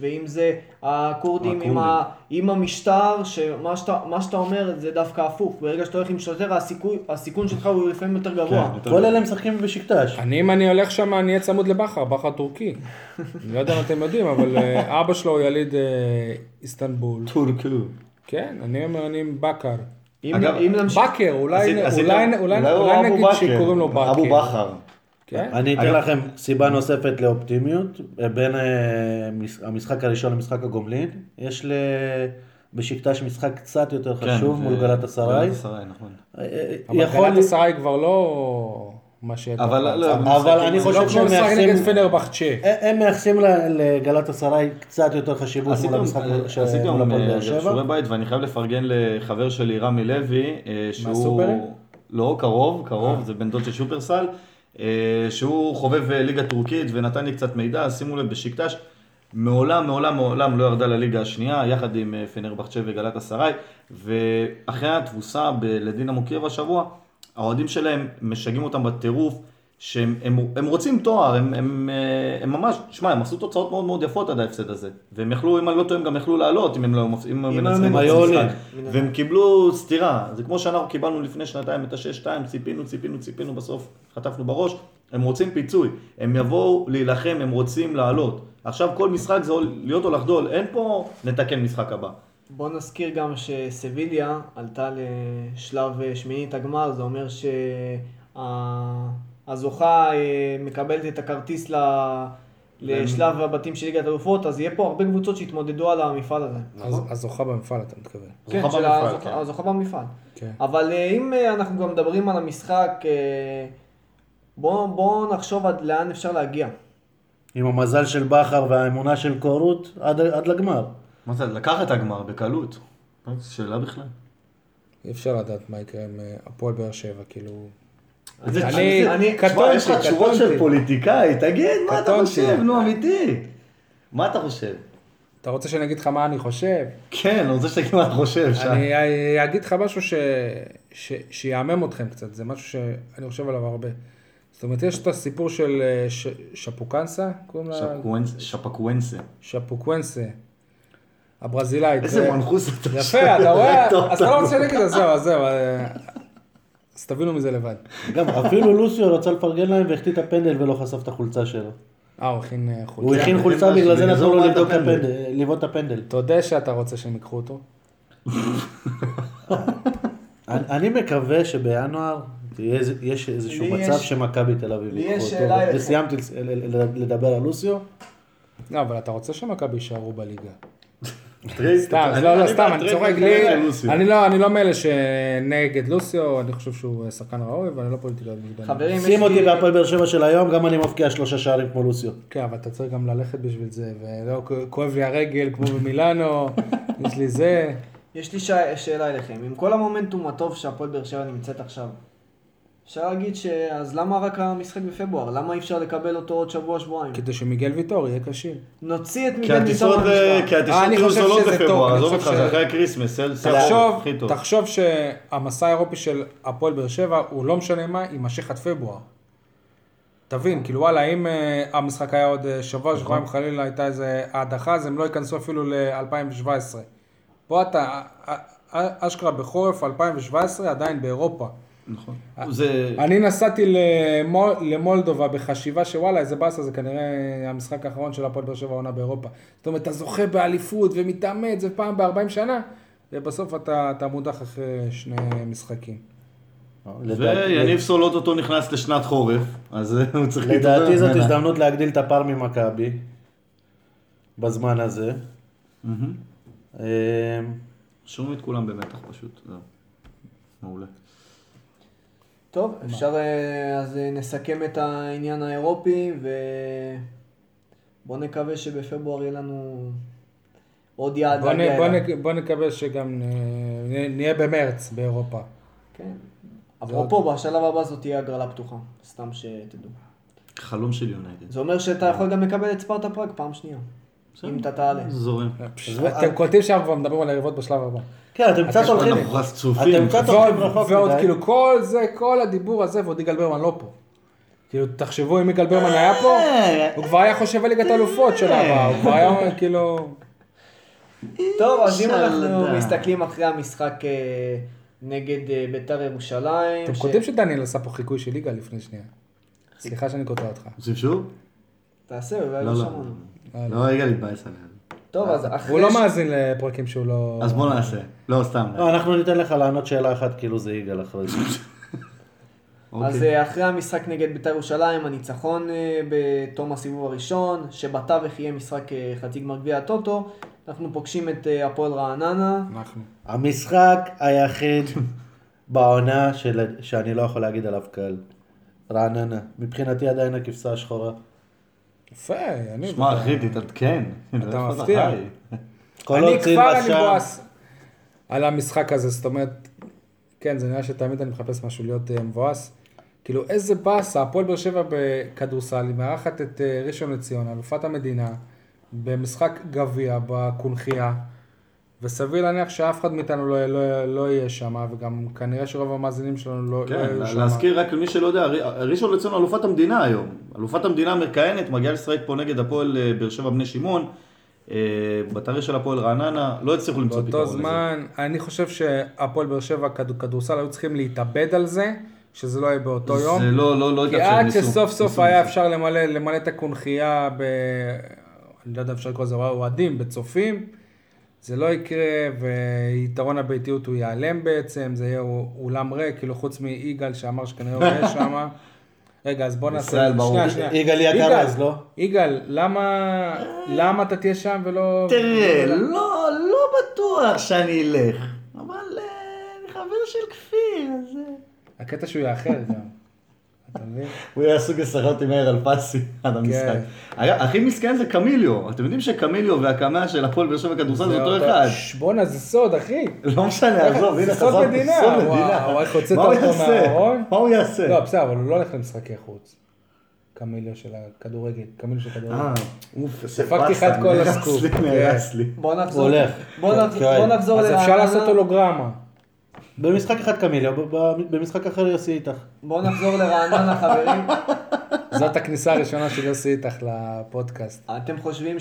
S2: ואם זה הכורדים עם,
S4: הכורדים.
S2: ה, עם המשטר, שמה שאתה, מה שאתה אומר זה דווקא הפוך. ברגע שאתה הולך עם שוטר, הסיכוי, הסיכון שלך הוא לפעמים יותר גבוה.
S4: יותר
S5: כל
S4: גבוה.
S5: אלה משחקים בשקטש.
S3: אני, אם אני הולך שם, אני אהיה צמוד לבחר, בחר טורקי. אני לא יודע אם אתם יודעים, אבל אה, אבא שלו הוא יליד אה, איסטנבול.
S4: טורקו.
S3: כן, אני אומר, אני עם בכר.
S2: אם,
S4: אגב,
S2: אם נמשיך...
S3: בכר, אולי
S4: אז- אז
S3: אולי-
S4: הנה,
S3: אולי-
S4: הוא
S3: אולי
S4: אבו
S3: נגיד
S4: בכר.
S3: שקוראים לו בכר.
S4: אבו בכר.
S3: כן?
S5: אני אתן
S4: אגב-
S5: לכם סיבה נוספת לאופטימיות, בין אה, מש- המשחק הראשון למשחק הגומלין, יש ל... בשקטש משחק קצת יותר חשוב
S4: כן,
S5: מול
S4: ו-
S5: גלת אסריי.
S4: גלת אסריי, נכון.
S5: אה,
S3: אבל
S5: יכול...
S3: גלת אסריי כבר לא מה שהייתה.
S4: אבל
S3: פעם.
S4: לא,
S5: אבל אני
S3: זה לא
S5: חושב
S3: כמו
S5: שהם
S3: לשחק נגד
S5: מייחסים...
S3: פנרבחצ'ה.
S5: הם מייחסים ל- לגלת אסריי קצת יותר חשיבות מול המשחק ש-
S4: עשיתי
S5: מול
S4: היום
S5: הפועל באר
S4: אה,
S5: שבע.
S4: שיעורי בית ואני חייב לפרגן לחבר שלי רמי לוי, אה, שהוא...
S3: מהסופרים?
S4: לא, קרוב, קרוב, זה בן דוד של שופרסל, אה, שהוא חובב אה, ליגה טורקית ונתן לי קצת מידע, שימו לב בשקטש, מעולם, מעולם, מעולם לא ירדה לליגה השנייה, יחד עם אה, פנרבחצ'ה וגלת אסריי, ואחרי התבוסה בלדינמו קייב השבוע, האוהדים שלהם משגעים אותם בטירוף, שהם הם, הם רוצים תואר, הם, הם, אה, הם ממש, שמע, הם עשו תוצאות מאוד מאוד יפות עד ההפסד הזה, והם יכלו, אם אני לא טועה, הם גם יכלו לעלות, אם הם לא אם הם מנצחים
S5: הם
S4: את
S5: היו
S4: המשחק.
S5: עולים.
S4: והם קיבלו סתירה, זה כמו שאנחנו קיבלנו לפני שנתיים את ה-שש שתיים, ציפינו, ציפינו, ציפינו, בסוף חטפנו בראש, הם רוצים פיצוי, הם יבואו להילחם, הם רוצים לעלות. עכשיו כל משחק זה להיות או לחדול, אין פה נתקן משחק הבא.
S2: בוא נזכיר גם שסביליה עלתה לשלב שמינית הגמר, זה אומר שהזוכה מקבלת את הכרטיס ל- לשלב הבתים של ליגת האלופות, אז יהיה פה הרבה קבוצות שהתמודדו על המפעל הזה.
S3: אז הזוכה במפעל אתה מתכוון.
S2: כן,
S4: זוכה
S2: של
S4: במפעל,
S2: הזוכה-
S4: כן.
S2: הזוכה במפעל.
S3: כן.
S2: אבל אה, אם אה, אנחנו גם מדברים על המשחק, אה, בואו בוא נחשוב עד לאן אפשר להגיע.
S5: עם המזל של בכר והאמונה של קורות עד, עד לגמר.
S4: מה זה, לקח את הגמר בקלות. שאלה בכלל.
S3: אי אפשר לדעת מה יקרה עם אה, הפועל באר שבע, כאילו...
S4: זה-
S3: אני-
S4: זה-
S2: אני-
S4: תשמע, יש לך
S3: קטונתי,
S4: תשובות של
S3: קטונתי.
S4: פוליטיקאי, תגיד, מה אתה
S3: קטונתי.
S4: חושב? נו, אמיתי. מה אתה חושב?
S3: אתה רוצה שאני אגיד לך מה אני חושב?
S4: כן, אני רוצה שתגיד מה אתה חושב. שי.
S3: אני אגיד לך משהו ש... ש... שיעמם אתכם קצת, זה משהו שאני חושב עליו הרבה. זאת אומרת, יש את הסיפור של אה, ש... שפוקנסה, קוראים לה...
S4: שפקוונס- שפקוונסה.
S3: שפוקוונסה, הברזילאית.
S4: איזה
S3: ו-
S4: מנחוס אתה.
S3: יפה, אתה רואה?
S4: טוב,
S3: אז אתה לא רוצה שאני אגיד, אז זהו, אז זהו. אה, אז תבינו מזה לבד.
S5: גם אפילו לוסיו רצה לפרגן להם והחטיא את הפנדל ולא חשף את החולצה שלו.
S3: אה, הוא הכין אה, חולצה.
S5: הוא הכין חולצה,
S4: בגלל
S5: בגלל זה
S4: זה
S5: נתנו
S4: הוא
S5: לו
S4: ראה את
S5: לבדוק את
S4: הפנדל.
S5: הפנדל, לבעוט את הפנדל.
S3: תודה שאתה רוצה שהם ייקחו אותו.
S5: אני אני מקווה שבינואר תהיה איזה- יש איזשהו
S2: לי
S5: מצב
S2: יש-
S5: שמכבי תל אביב
S2: לי
S5: ייקחו
S2: יש
S5: אותו.
S2: שאלה אליך.
S5: וסיימתי לס- ל- ל- לדבר על לוסיו.
S3: לא, אבל אתה רוצה שמכבי יישארו בליגה.
S4: תראי,
S3: סתם,
S4: אני-
S3: לא, לא,
S4: אני
S3: סתם,
S4: בעד
S3: אני
S4: טרייד
S3: צוחק
S4: של
S3: לי,
S4: לוסיו.
S3: אני לא, אני לא מאלה שנגד לוסיו, אני חושב שהוא שחקן ראוי, ואני לא פוליטיקאי מגדל.
S2: חברים, יש
S5: שים אותי
S2: לי...
S5: בהפועל באר שבע של היום, גם אני מבקיע שלושה שערים כמו לוסיו.
S3: כן, אבל אתה צריך גם ללכת בשביל זה, ולא כואב לי הרגל כמו במילאנו, יש לי זה.
S2: יש לי ש... שאלה אליכם. עם כל המומנטום הטוב שהפועל באר שבע נמצאת עכשיו, אפשר להגיד ש... אז למה רק המשחק בפברואר? למה אי אפשר לקבל אותו עוד שבוע, שבועיים?
S3: כדי שמיגל ויטור יהיה כשיר.
S2: נוציא את
S4: כי
S2: מיגל
S4: הטיסות
S2: ויטור
S4: אה,
S2: מהמשחק.
S4: כי הטיסות
S3: אני
S4: יהיו
S3: חושב
S4: זולות
S3: שזה טוב,
S4: בפברואר,
S3: אני
S4: עזוב
S3: חושב
S4: אותך,
S3: ש-
S4: זה אחרי הקריסמס, סל- סל-
S3: תחשוב,
S4: הכי טוב.
S3: תחשוב שהמסע האירופי של הפועל באר שבע, הוא לא משנה מה, יימשך עד פברואר. תבין, כאילו וואלה, אם אה, המשחק היה עוד אה, שבוע, שבועיים חלילה הייתה איזה העדכה, אז הם לא ייכנסו אפילו ל-אלפיים שבע עשרה. פה אתה, אה, אה, אשכרה בחורף אלפיים שבע עשרה עדיין באירופה.
S4: נכון. זה...
S3: אני נסעתי למול, למולדובה בחשיבה שוואלה, איזה באסה, זה כנראה המשחק האחרון של הפועל באר שבע העונה באירופה. זאת אומרת, אתה זוכה באליפות ומתאמץ, זה פעם ב-ארבעים שנה, ובסוף אתה, אתה מודח אחרי שני משחקים.
S4: ויניב סולוט אותו נכנס לשנת חורף, אז הוא צריך
S5: לדעתי זאת
S4: ממנה.
S5: הזדמנות להגדיל את הפער ממכבי בזמן הזה.
S4: מהמם.
S5: אה,
S4: שומעים את כולם במתח פשוט, זהו. מעולה.
S2: טוב, אפשר אה, אז אה, נסכם את העניין האירופי, ובוא נקווה שבפברואר יהיה לנו עוד יעד
S3: בוא, נ,
S2: להגיע
S3: בוא,
S2: אליו.
S3: נ, בוא נקווה שגם אה, נהיה במרץ באירופה.
S2: כן. אפרופו, בשלב הבא זאת תהיה הגרלה פתוחה, סתם שתדעו.
S4: חלום של יונייטד.
S2: זה אומר שאתה יכול גם לקבל את ספרטה פראג פעם שנייה, אם אתה תעלה.
S4: זורם.
S3: אתם קולטים שאנחנו כבר מדברים על היריבות בשלב הבא.
S5: כן, אתם קצת הולכים...
S4: אנחנו חצופים.
S5: אתם קצת
S3: ועוד,
S5: הולכים רחוק
S3: ועוד
S5: מדי.
S3: כאילו כל זה, כל הדיבור הזה, ועוד יגאל ברמן לא פה. כאילו, תחשבו אם יגאל ברמן היה פה, הוא כבר היה חושב על ליגת האלופות של הבא, הוא כבר היה כאילו...
S2: טוב, אז אם
S4: אפשר
S2: אנחנו
S4: לדעת.
S2: מסתכלים אחרי המשחק אה, נגד אה, בית"ר ירושלים...
S3: אתם
S2: ש-
S3: כותבים שדניאל עשה פה חיקוי של ליגה לפני שנייה. סליחה שאני קוטע אותך.
S4: עושים שוב?
S2: תעשה, אולי
S4: לא,
S2: לא
S4: לא.
S2: שמענו.
S4: לא, רגע להתבאס עליה.
S2: טוב, אז אחרי...
S3: הוא לא
S2: ש-
S3: מאזין לפרקים שהוא לא...
S4: אז בוא נעשה. לא, סתם.
S5: לא, אנחנו ניתן לך לענות שאלה אחת כאילו זה יגאל אחרי זה.
S2: אז
S4: אוקיי.
S2: אה, אחרי המשחק נגד בית"ר ירושלים, הניצחון אה, בתום הסיבוב הראשון, שבתווך יהיה משחק אה, חצי גמר גביע הטוטו, אנחנו פוגשים את אה, הפועל רעננה.
S3: אנחנו.
S5: המשחק היחיד בעונה של... שאני לא יכול להגיד עליו קל. רעננה. מבחינתי עדיין הכבשה השחורה.
S3: יפה, אני...
S4: שמע, אחי, תתעדכן.
S3: אתה מפתיע.
S5: כל
S3: אני
S5: עוד
S3: כבר
S5: סילבס
S3: אני
S5: שם.
S3: מבואס על המשחק הזה, זאת אומרת, כן, זה נראה שתמיד אני מחפש משהו להיות אה, מבואס. כאילו, איזה באסה, הפועל באר שבע בכדורסל, היא מארחת את אה, ראשון לציון, אלופת המדינה, במשחק גביע, בקונחייה, וסביר להניח שאף אחד מאיתנו לא, לא, לא יהיה שם, וגם כנראה שרוב המאזינים שלנו לא, לא
S4: כן,
S3: יהיו שם.
S4: להזכיר רק למי שלא יודע, ראשון לציון אלופת המדינה היום. אלופת המדינה המכהנת, מגיעה לשחק פה נגד הפועל אה, באר שבע בני שמעון, אה, בתאריך של הפועל רעננה, לא הצליחו למצוא פתרון
S3: באותו
S4: לזה.
S3: זמן, אני חושב שהפועל באר שבע כדור, כדורסל היו צריכים להתאבד על זה, שזה לא יהיה באותו יום.
S4: זה לא, לא, לא
S3: כי
S4: התאפשר,
S3: עד
S4: ניסו.
S3: שסוף סוף
S4: ניסו,
S3: היה
S4: ניסו.
S3: אפשר למלא, למלא את הקונחייה ב... אני לא יודע אפשר לקרוא לזה אוהדים, בצופים, זה לא יקרה, ויתרון הביתיות הוא ייעלם בעצם, זה יהיה אולם ריק, כאילו חוץ מיגאל שאמר שכנראה הוא יהיה שם. רגע, אז בוא נעשה...
S4: ישראל, ברור.
S3: שנייה, שנייה.
S5: יגאל יקר אז, לא?
S3: יגאל, למה, למה אתה תהיה שם ולא...
S4: תראה, לא, לא בטוח שאני אלך, אבל אה, אני חבר של כפיר, אז... אה.
S3: הקטע שהוא יאחר גם. אתה מבין?
S4: הוא היה סוג לשחק עם מאיר אלפסי עד המשחק. היה- הכי מסכן זה קמיליו, אתם יודעים שקמיליו והקמע של הפועל באר שבע כדורסל זה אותו אחד.
S3: ש- בואנה, זה סוד, אחי.
S4: לא משנה, עזוב, הנה
S3: זה סוד
S4: חזרתי,
S3: מדינה.
S4: סוד
S3: וואו,
S4: מדינה.
S3: וואו, איך הוצאת
S4: מה הוא
S3: אותו
S4: יעשה?
S3: מהארון?
S4: מה הוא יעשה?
S3: לא, בסדר, אבל הוא לא הולך למשחקי חוץ. קמיליו של הכדורגל, קמיליו של הכדורגל.
S4: אה, אוף, איזה
S3: ספגתי לך את
S4: באסה,
S3: כל
S4: נהרס
S3: הסקופ.
S4: לי, נהרס לי.
S2: בוא נחזור,
S5: הוא הולך.
S2: בוא נחזור,
S5: כן.
S2: בוא נחזור
S3: אז
S2: לרעננה.
S3: אפשר לעשות הולוגרמה.
S5: במשחק אחד קמיליו, ב- ב- במשחק אחר יוסי איתך.
S2: בוא נחזור לרעננה, חברים.
S3: זאת הכניסה הראשונה של יוסי איתך לפודקאסט.
S2: אתם חושבים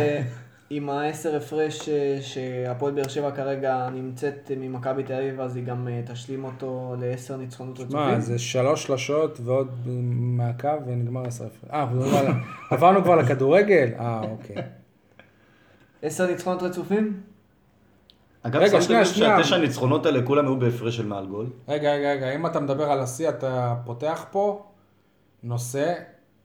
S2: שעם העשר הפרש אה, שהפועל באר שבע כרגע נמצאת ממכבי תל אביב, אז היא גם אה, תשלים אותו לעשר ניצחונות רצופים?
S3: מה, זה שלוש שלשות ועוד מהקו ונגמר עשר הפרש. אה, אנחנו מדברים על- עברנו כבר לכדורגל? אה, אוקיי.
S2: עשר ניצחונות רצופים?
S4: אגב,
S3: רגע,
S4: שמתם
S3: שנייה,
S4: לב
S3: שנייה.
S4: שהתשע הניצחונות האלה כולם היו בהפרש של מעל גול?
S3: רגע, רגע, רגע, אם אתה מדבר על השיא, אתה פותח פה נושא,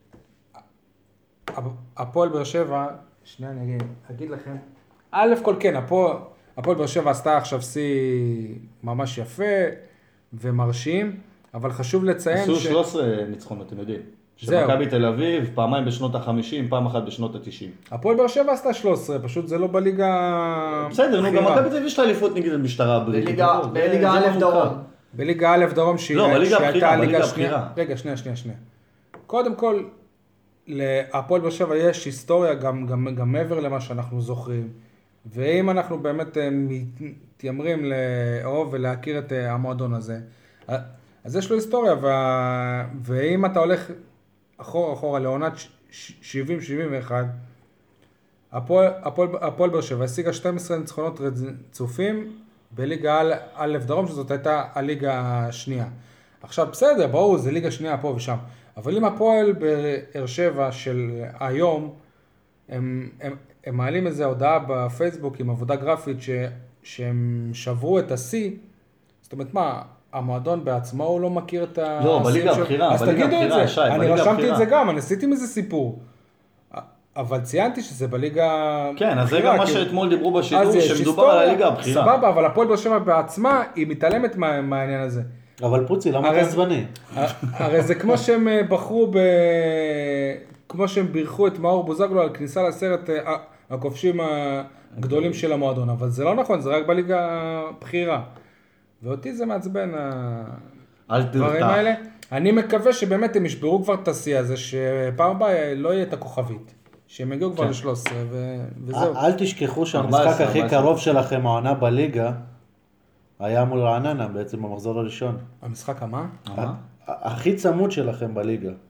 S3: הפועל באר שבע, שנייה אני אגיד, אגיד לכם, א' כל כן, הפועל הפועל באר שבע עשתה עכשיו שיא ממש יפה ומרשים, אבל חשוב לציין
S4: עשו
S3: ש...
S4: שלוש עשרה ניצחונות, אתם יודעים.
S3: זהו.
S4: שמכבי תל אביב, פעמיים בשנות ה-חמישים, פעם אחת בשנות ה-תשעים.
S3: הפועל באר שבע עשתה שלוש עשרה, פשוט זה לא בליגה...
S4: בסדר, נו, גם
S3: הבכירה.
S4: מכבי תל אביב יש לה אליפות נגד המשטרה הבריטית.
S2: בליגה-
S4: עזוב, זה-
S2: בליגה
S4: זה לא
S2: א'
S4: מורכב.
S2: דרום.
S3: בליגה א' דרום שהיא
S4: לא, בליגה
S3: שהייתה
S4: הבכירה,
S3: הליגה
S4: בליגה
S3: השנייה.
S4: הבכירה.
S3: רגע, שנייה, שנייה, שנייה. קודם כל, להפועל באר שבע יש היסטוריה גם, גם, גם מעבר למה שאנחנו זוכרים. ואם אנחנו באמת אה, מתיימרים לאהוב ולהכיר את אה, המועדון הזה, אה, אז יש לו היסטוריה, וה... ואם אתה הולך אחורה אחורה לעונת שבעים שבעים ואחת, הפועל, הפועל, הפועל באר שבע השיגה שתים עשרה ניצחונות רצופים בליגה א', א' דרום, שזאת הייתה הליגה השנייה. עכשיו בסדר, ברור, זה ליגה שנייה פה ושם, אבל אם הפועל באר שבע של היום, הם, הם, הם מעלים איזו הודעה בפייסבוק עם עבודה גרפית ש, שהם שברו את השיא, זאת אומרת מה, המועדון בעצמו הוא לא מכיר את ה...
S4: לא, בליגה
S3: של-
S4: הבכירה,
S3: אז
S4: בליגה
S3: תגידו את
S4: הבכירה,
S3: זה,
S4: שי,
S3: אני
S4: בליגה
S3: רשמתי
S4: הבכירה.
S3: את זה גם, אני עשיתי מזה סיפור. אבל ציינתי שזה בליגה...
S4: כן, אז זה
S3: הבכירה,
S4: גם מה
S3: כי-
S4: שאתמול דיברו
S3: אז
S4: בשידור,
S3: יש
S4: שמדובר על
S3: היסטוריה,
S4: הליגה הבכירה.
S3: סבבה, אבל הפועל באר שבע בעצמה, היא מתעלמת מה- מהעניין הזה.
S5: אבל פוצי, למה
S3: הרי-
S5: אתה עצבני?
S3: הרי זה כמו שהם אה, בחרו ב... כמו שהם בירכו את מאור בוזגלו על כניסה לסרט אה, הכובשים הגדולים של המועדון, אבל זה לא נכון, זה רק בליגה הבכירה. ואותי זה מעצבן
S4: אל
S3: הדברים
S4: תרתח.
S3: האלה. אני מקווה שבאמת הם ישברו כבר את השיא הזה, שפעם הבאה לא יהיה את הכוכבית. שהם יגיעו כבר ל-שלוש עשרה ו... וזהו.
S5: אל תשכחו שהמשחק
S4: ארבע עשרה,
S5: הכי
S4: ארבע עשרה.
S5: קרוב שלכם העונה בליגה היה מול רעננה בעצם במחזור הראשון.
S3: המשחק המה?
S4: מה?
S5: הכי צמוד שלכם בליגה.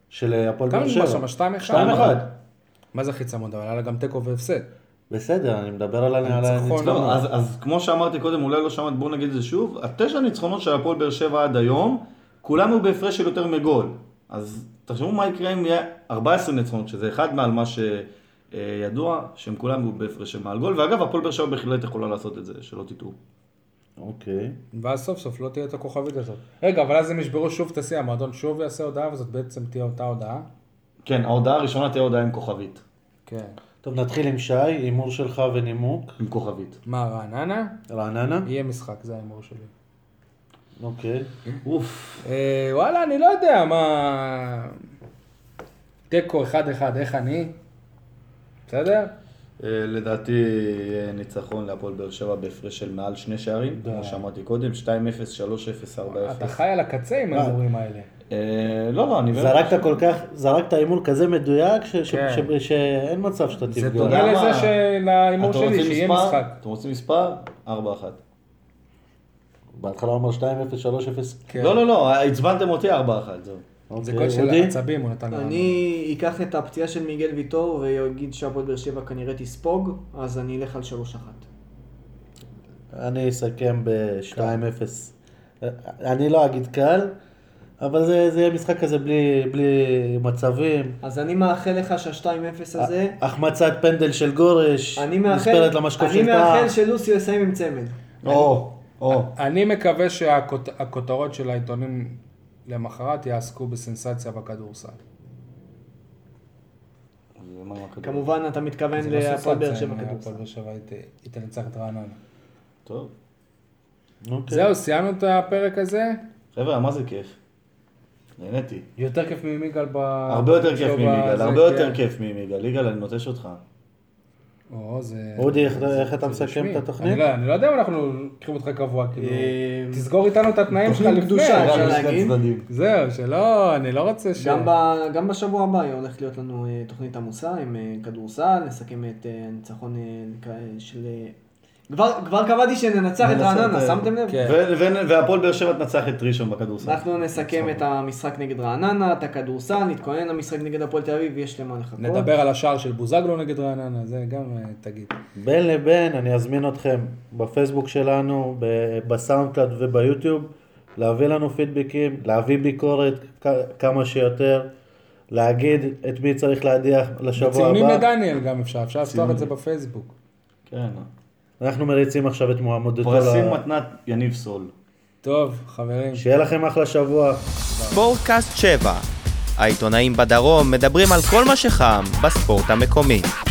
S5: של הפועל
S3: כמה
S5: באר
S3: נגמר
S5: שבע.
S3: שם? שתיים אחד?
S5: שתיים אחד.
S3: מה זה הכי צמוד? אבל היה לה גם תיקו והפסד.
S5: בסדר, אני מדבר על
S3: הניצחון.
S5: הניצחון.
S4: לא, אז, אז כמו שאמרתי קודם, אולי לא שמעת, בואו נגיד את זה שוב, התשע ניצחונות של הפועל באר שבע עד היום, כולם היו בהפרש של יותר מגול. אז תחשבו מה יקרה אם יהיה ארבע עשרה ניצחונות, שזה אחד מעל מה שידוע, שהם כולם היו בהפרש של מעל גול, ואגב, הפועל באר שבע בהחלט יכולה לעשות את זה, שלא תטעו.
S5: אוקיי.
S3: ואז סוף סוף לא תהיה את הכוכבית הזאת. רגע, אבל אז הם ישברו שוב את השיא, המועדון שוב יעשה הודעה, וזאת בעצם תהיה אותה הודעה.
S4: כן, ההודעה הראשונה תהיה הודעה עם כוכבית.
S3: כן.
S5: טוב, נתחיל עם שי, הימור שלך ונימוק.
S4: עם כוכבית.
S3: מה, רעננה?
S5: רעננה?
S3: יהיה משחק, זה ההימור שלי.
S5: אוקיי.
S4: אוף.
S3: אה, וואלה, אני לא יודע מה... תיקו אחד אחד, איך אני? בסדר?
S4: לדעתי ניצחון להפועל באר שבע בהפרש של מעל שני שערים, כמו שאמרתי קודם, שתיים אפס, שלוש אפס, ארבע אפס.
S3: אתה חי על הקצה עם ההימורים האלה.
S4: לא, לא, אני...
S5: זרקת כל כך, זרקת הימור כזה מדויק, ש- ש-
S3: כן.
S5: ש- שאין מצב שאתה
S3: זה
S5: תפגע.
S3: דומה לזה של ההימור
S4: אתם
S3: שלי,
S4: רוצים
S3: שיהיה
S4: מספר?
S3: משחק.
S4: אתם רוצים מספר? ארבע אחת.
S5: בהתחלה הוא אמר שתיים אפס, שלוש אפס.
S3: כן.
S4: לא, לא, לא, עצבנתם אותי ארבע אחת, זהו.
S3: זה
S5: אוקיי,
S3: גול של
S5: אודי?
S3: עצבים, הוא נתן לנו.
S2: אני אקח את הפציעה של מיגל ויטור ויגיד שהפועל באר שבע כנראה תספוג, אז אני אלך על שלוש אחת.
S5: אני אסכם ב-שתיים אפס. אני לא אגיד קל, אבל זה זה יהיה משחק כזה בלי בלי מצבים.
S2: אז אני מאחל לך שה-שתיים אפס הזה,
S5: החמצת פנדל של גורש,
S2: אני מאחל,
S5: נספרת למשקוף
S2: אני
S5: של
S2: מאחל
S5: טאה.
S2: שלוסיו יסיים עם צמד.
S4: או, או.
S3: אני מקווה שהכותרות של העיתונים למחרת יעסקו בסנסציה בכדורסל.
S2: כמובן אתה מתכוון
S3: זה לא
S2: להפועל באר
S3: סנסציה,
S2: שבע
S3: אם
S2: כדורסל.
S3: הפועל באר שבע היא תנצח את רעננה.
S4: טוב.
S5: אוקיי.
S3: זהו, סיימנו את הפרק הזה.
S4: חבר'ה, מה זה כיף? נהניתי.
S3: יותר כיף ממיגל ב...
S4: הרבה יותר כיף
S3: שלו
S4: ממיגל,
S3: בזה,
S4: הרבה יותר
S3: כן.
S4: כיף ממיגל. יגאל, אני נוטש אותך.
S3: או, זה...
S5: אודי, איך- איך אתה
S3: זה
S5: מסכם
S3: רשמי.
S5: את התוכנית?
S3: אני לא- אני לא יודע אם אנחנו לוקחים אותך קבוע, כאילו...
S2: אה,
S3: תסגור איתנו את התנאים שלך
S2: תוכנית
S3: לפני.
S2: קדושה, אפשר
S4: יש כאן
S2: להגיד.
S4: צדדים.
S3: זהו, שלא, אני לא רוצה ש...
S2: גם, ב, גם בשבוע הבא הולכת להיות לנו אה, תוכנית עמוסה עם אה, כדורסל, נסכם את אה, הניצחון אה, נקרא- של... אה, כבר, כבר קבעתי שננצח את
S4: ננצח
S2: רעננה,
S4: את-
S2: שמתם לב?
S3: כן.
S4: ו- ו- והפועל באר שבע תנצח את ראשון בכדורסל.
S2: אנחנו נסכם את המשחק נגד רעננה, את הכדורסל, נתכונן למשחק נגד הפועל תל אביב, יש למה לחכות.
S3: נדבר על השער של בוזגלו נגד רעננה, זה גם אה, תגיד.
S5: בין לבין אני אזמין אתכם בפייסבוק שלנו, ב- בסאונדקלאד וביוטיוב, להביא לנו פידבקים, להביא ביקורת כ- כמה שיותר, להגיד את מי צריך להדיח לשבוע
S3: ציונים
S5: הבא.
S3: לדניאל גם אפשר, אפשר לפתוח את זה בפייסבוק.
S4: כן.
S5: אנחנו מריצים עכשיו את מועמדותו.
S4: פרסים
S5: ל-
S4: מתנת יניב סול.
S3: טוב, חברים.
S5: שיהיה לכם אחלה שבוע.
S1: ספורטקאסט שבע, העיתונאים בדרום מדברים על כל מה שחם בספורט המקומי.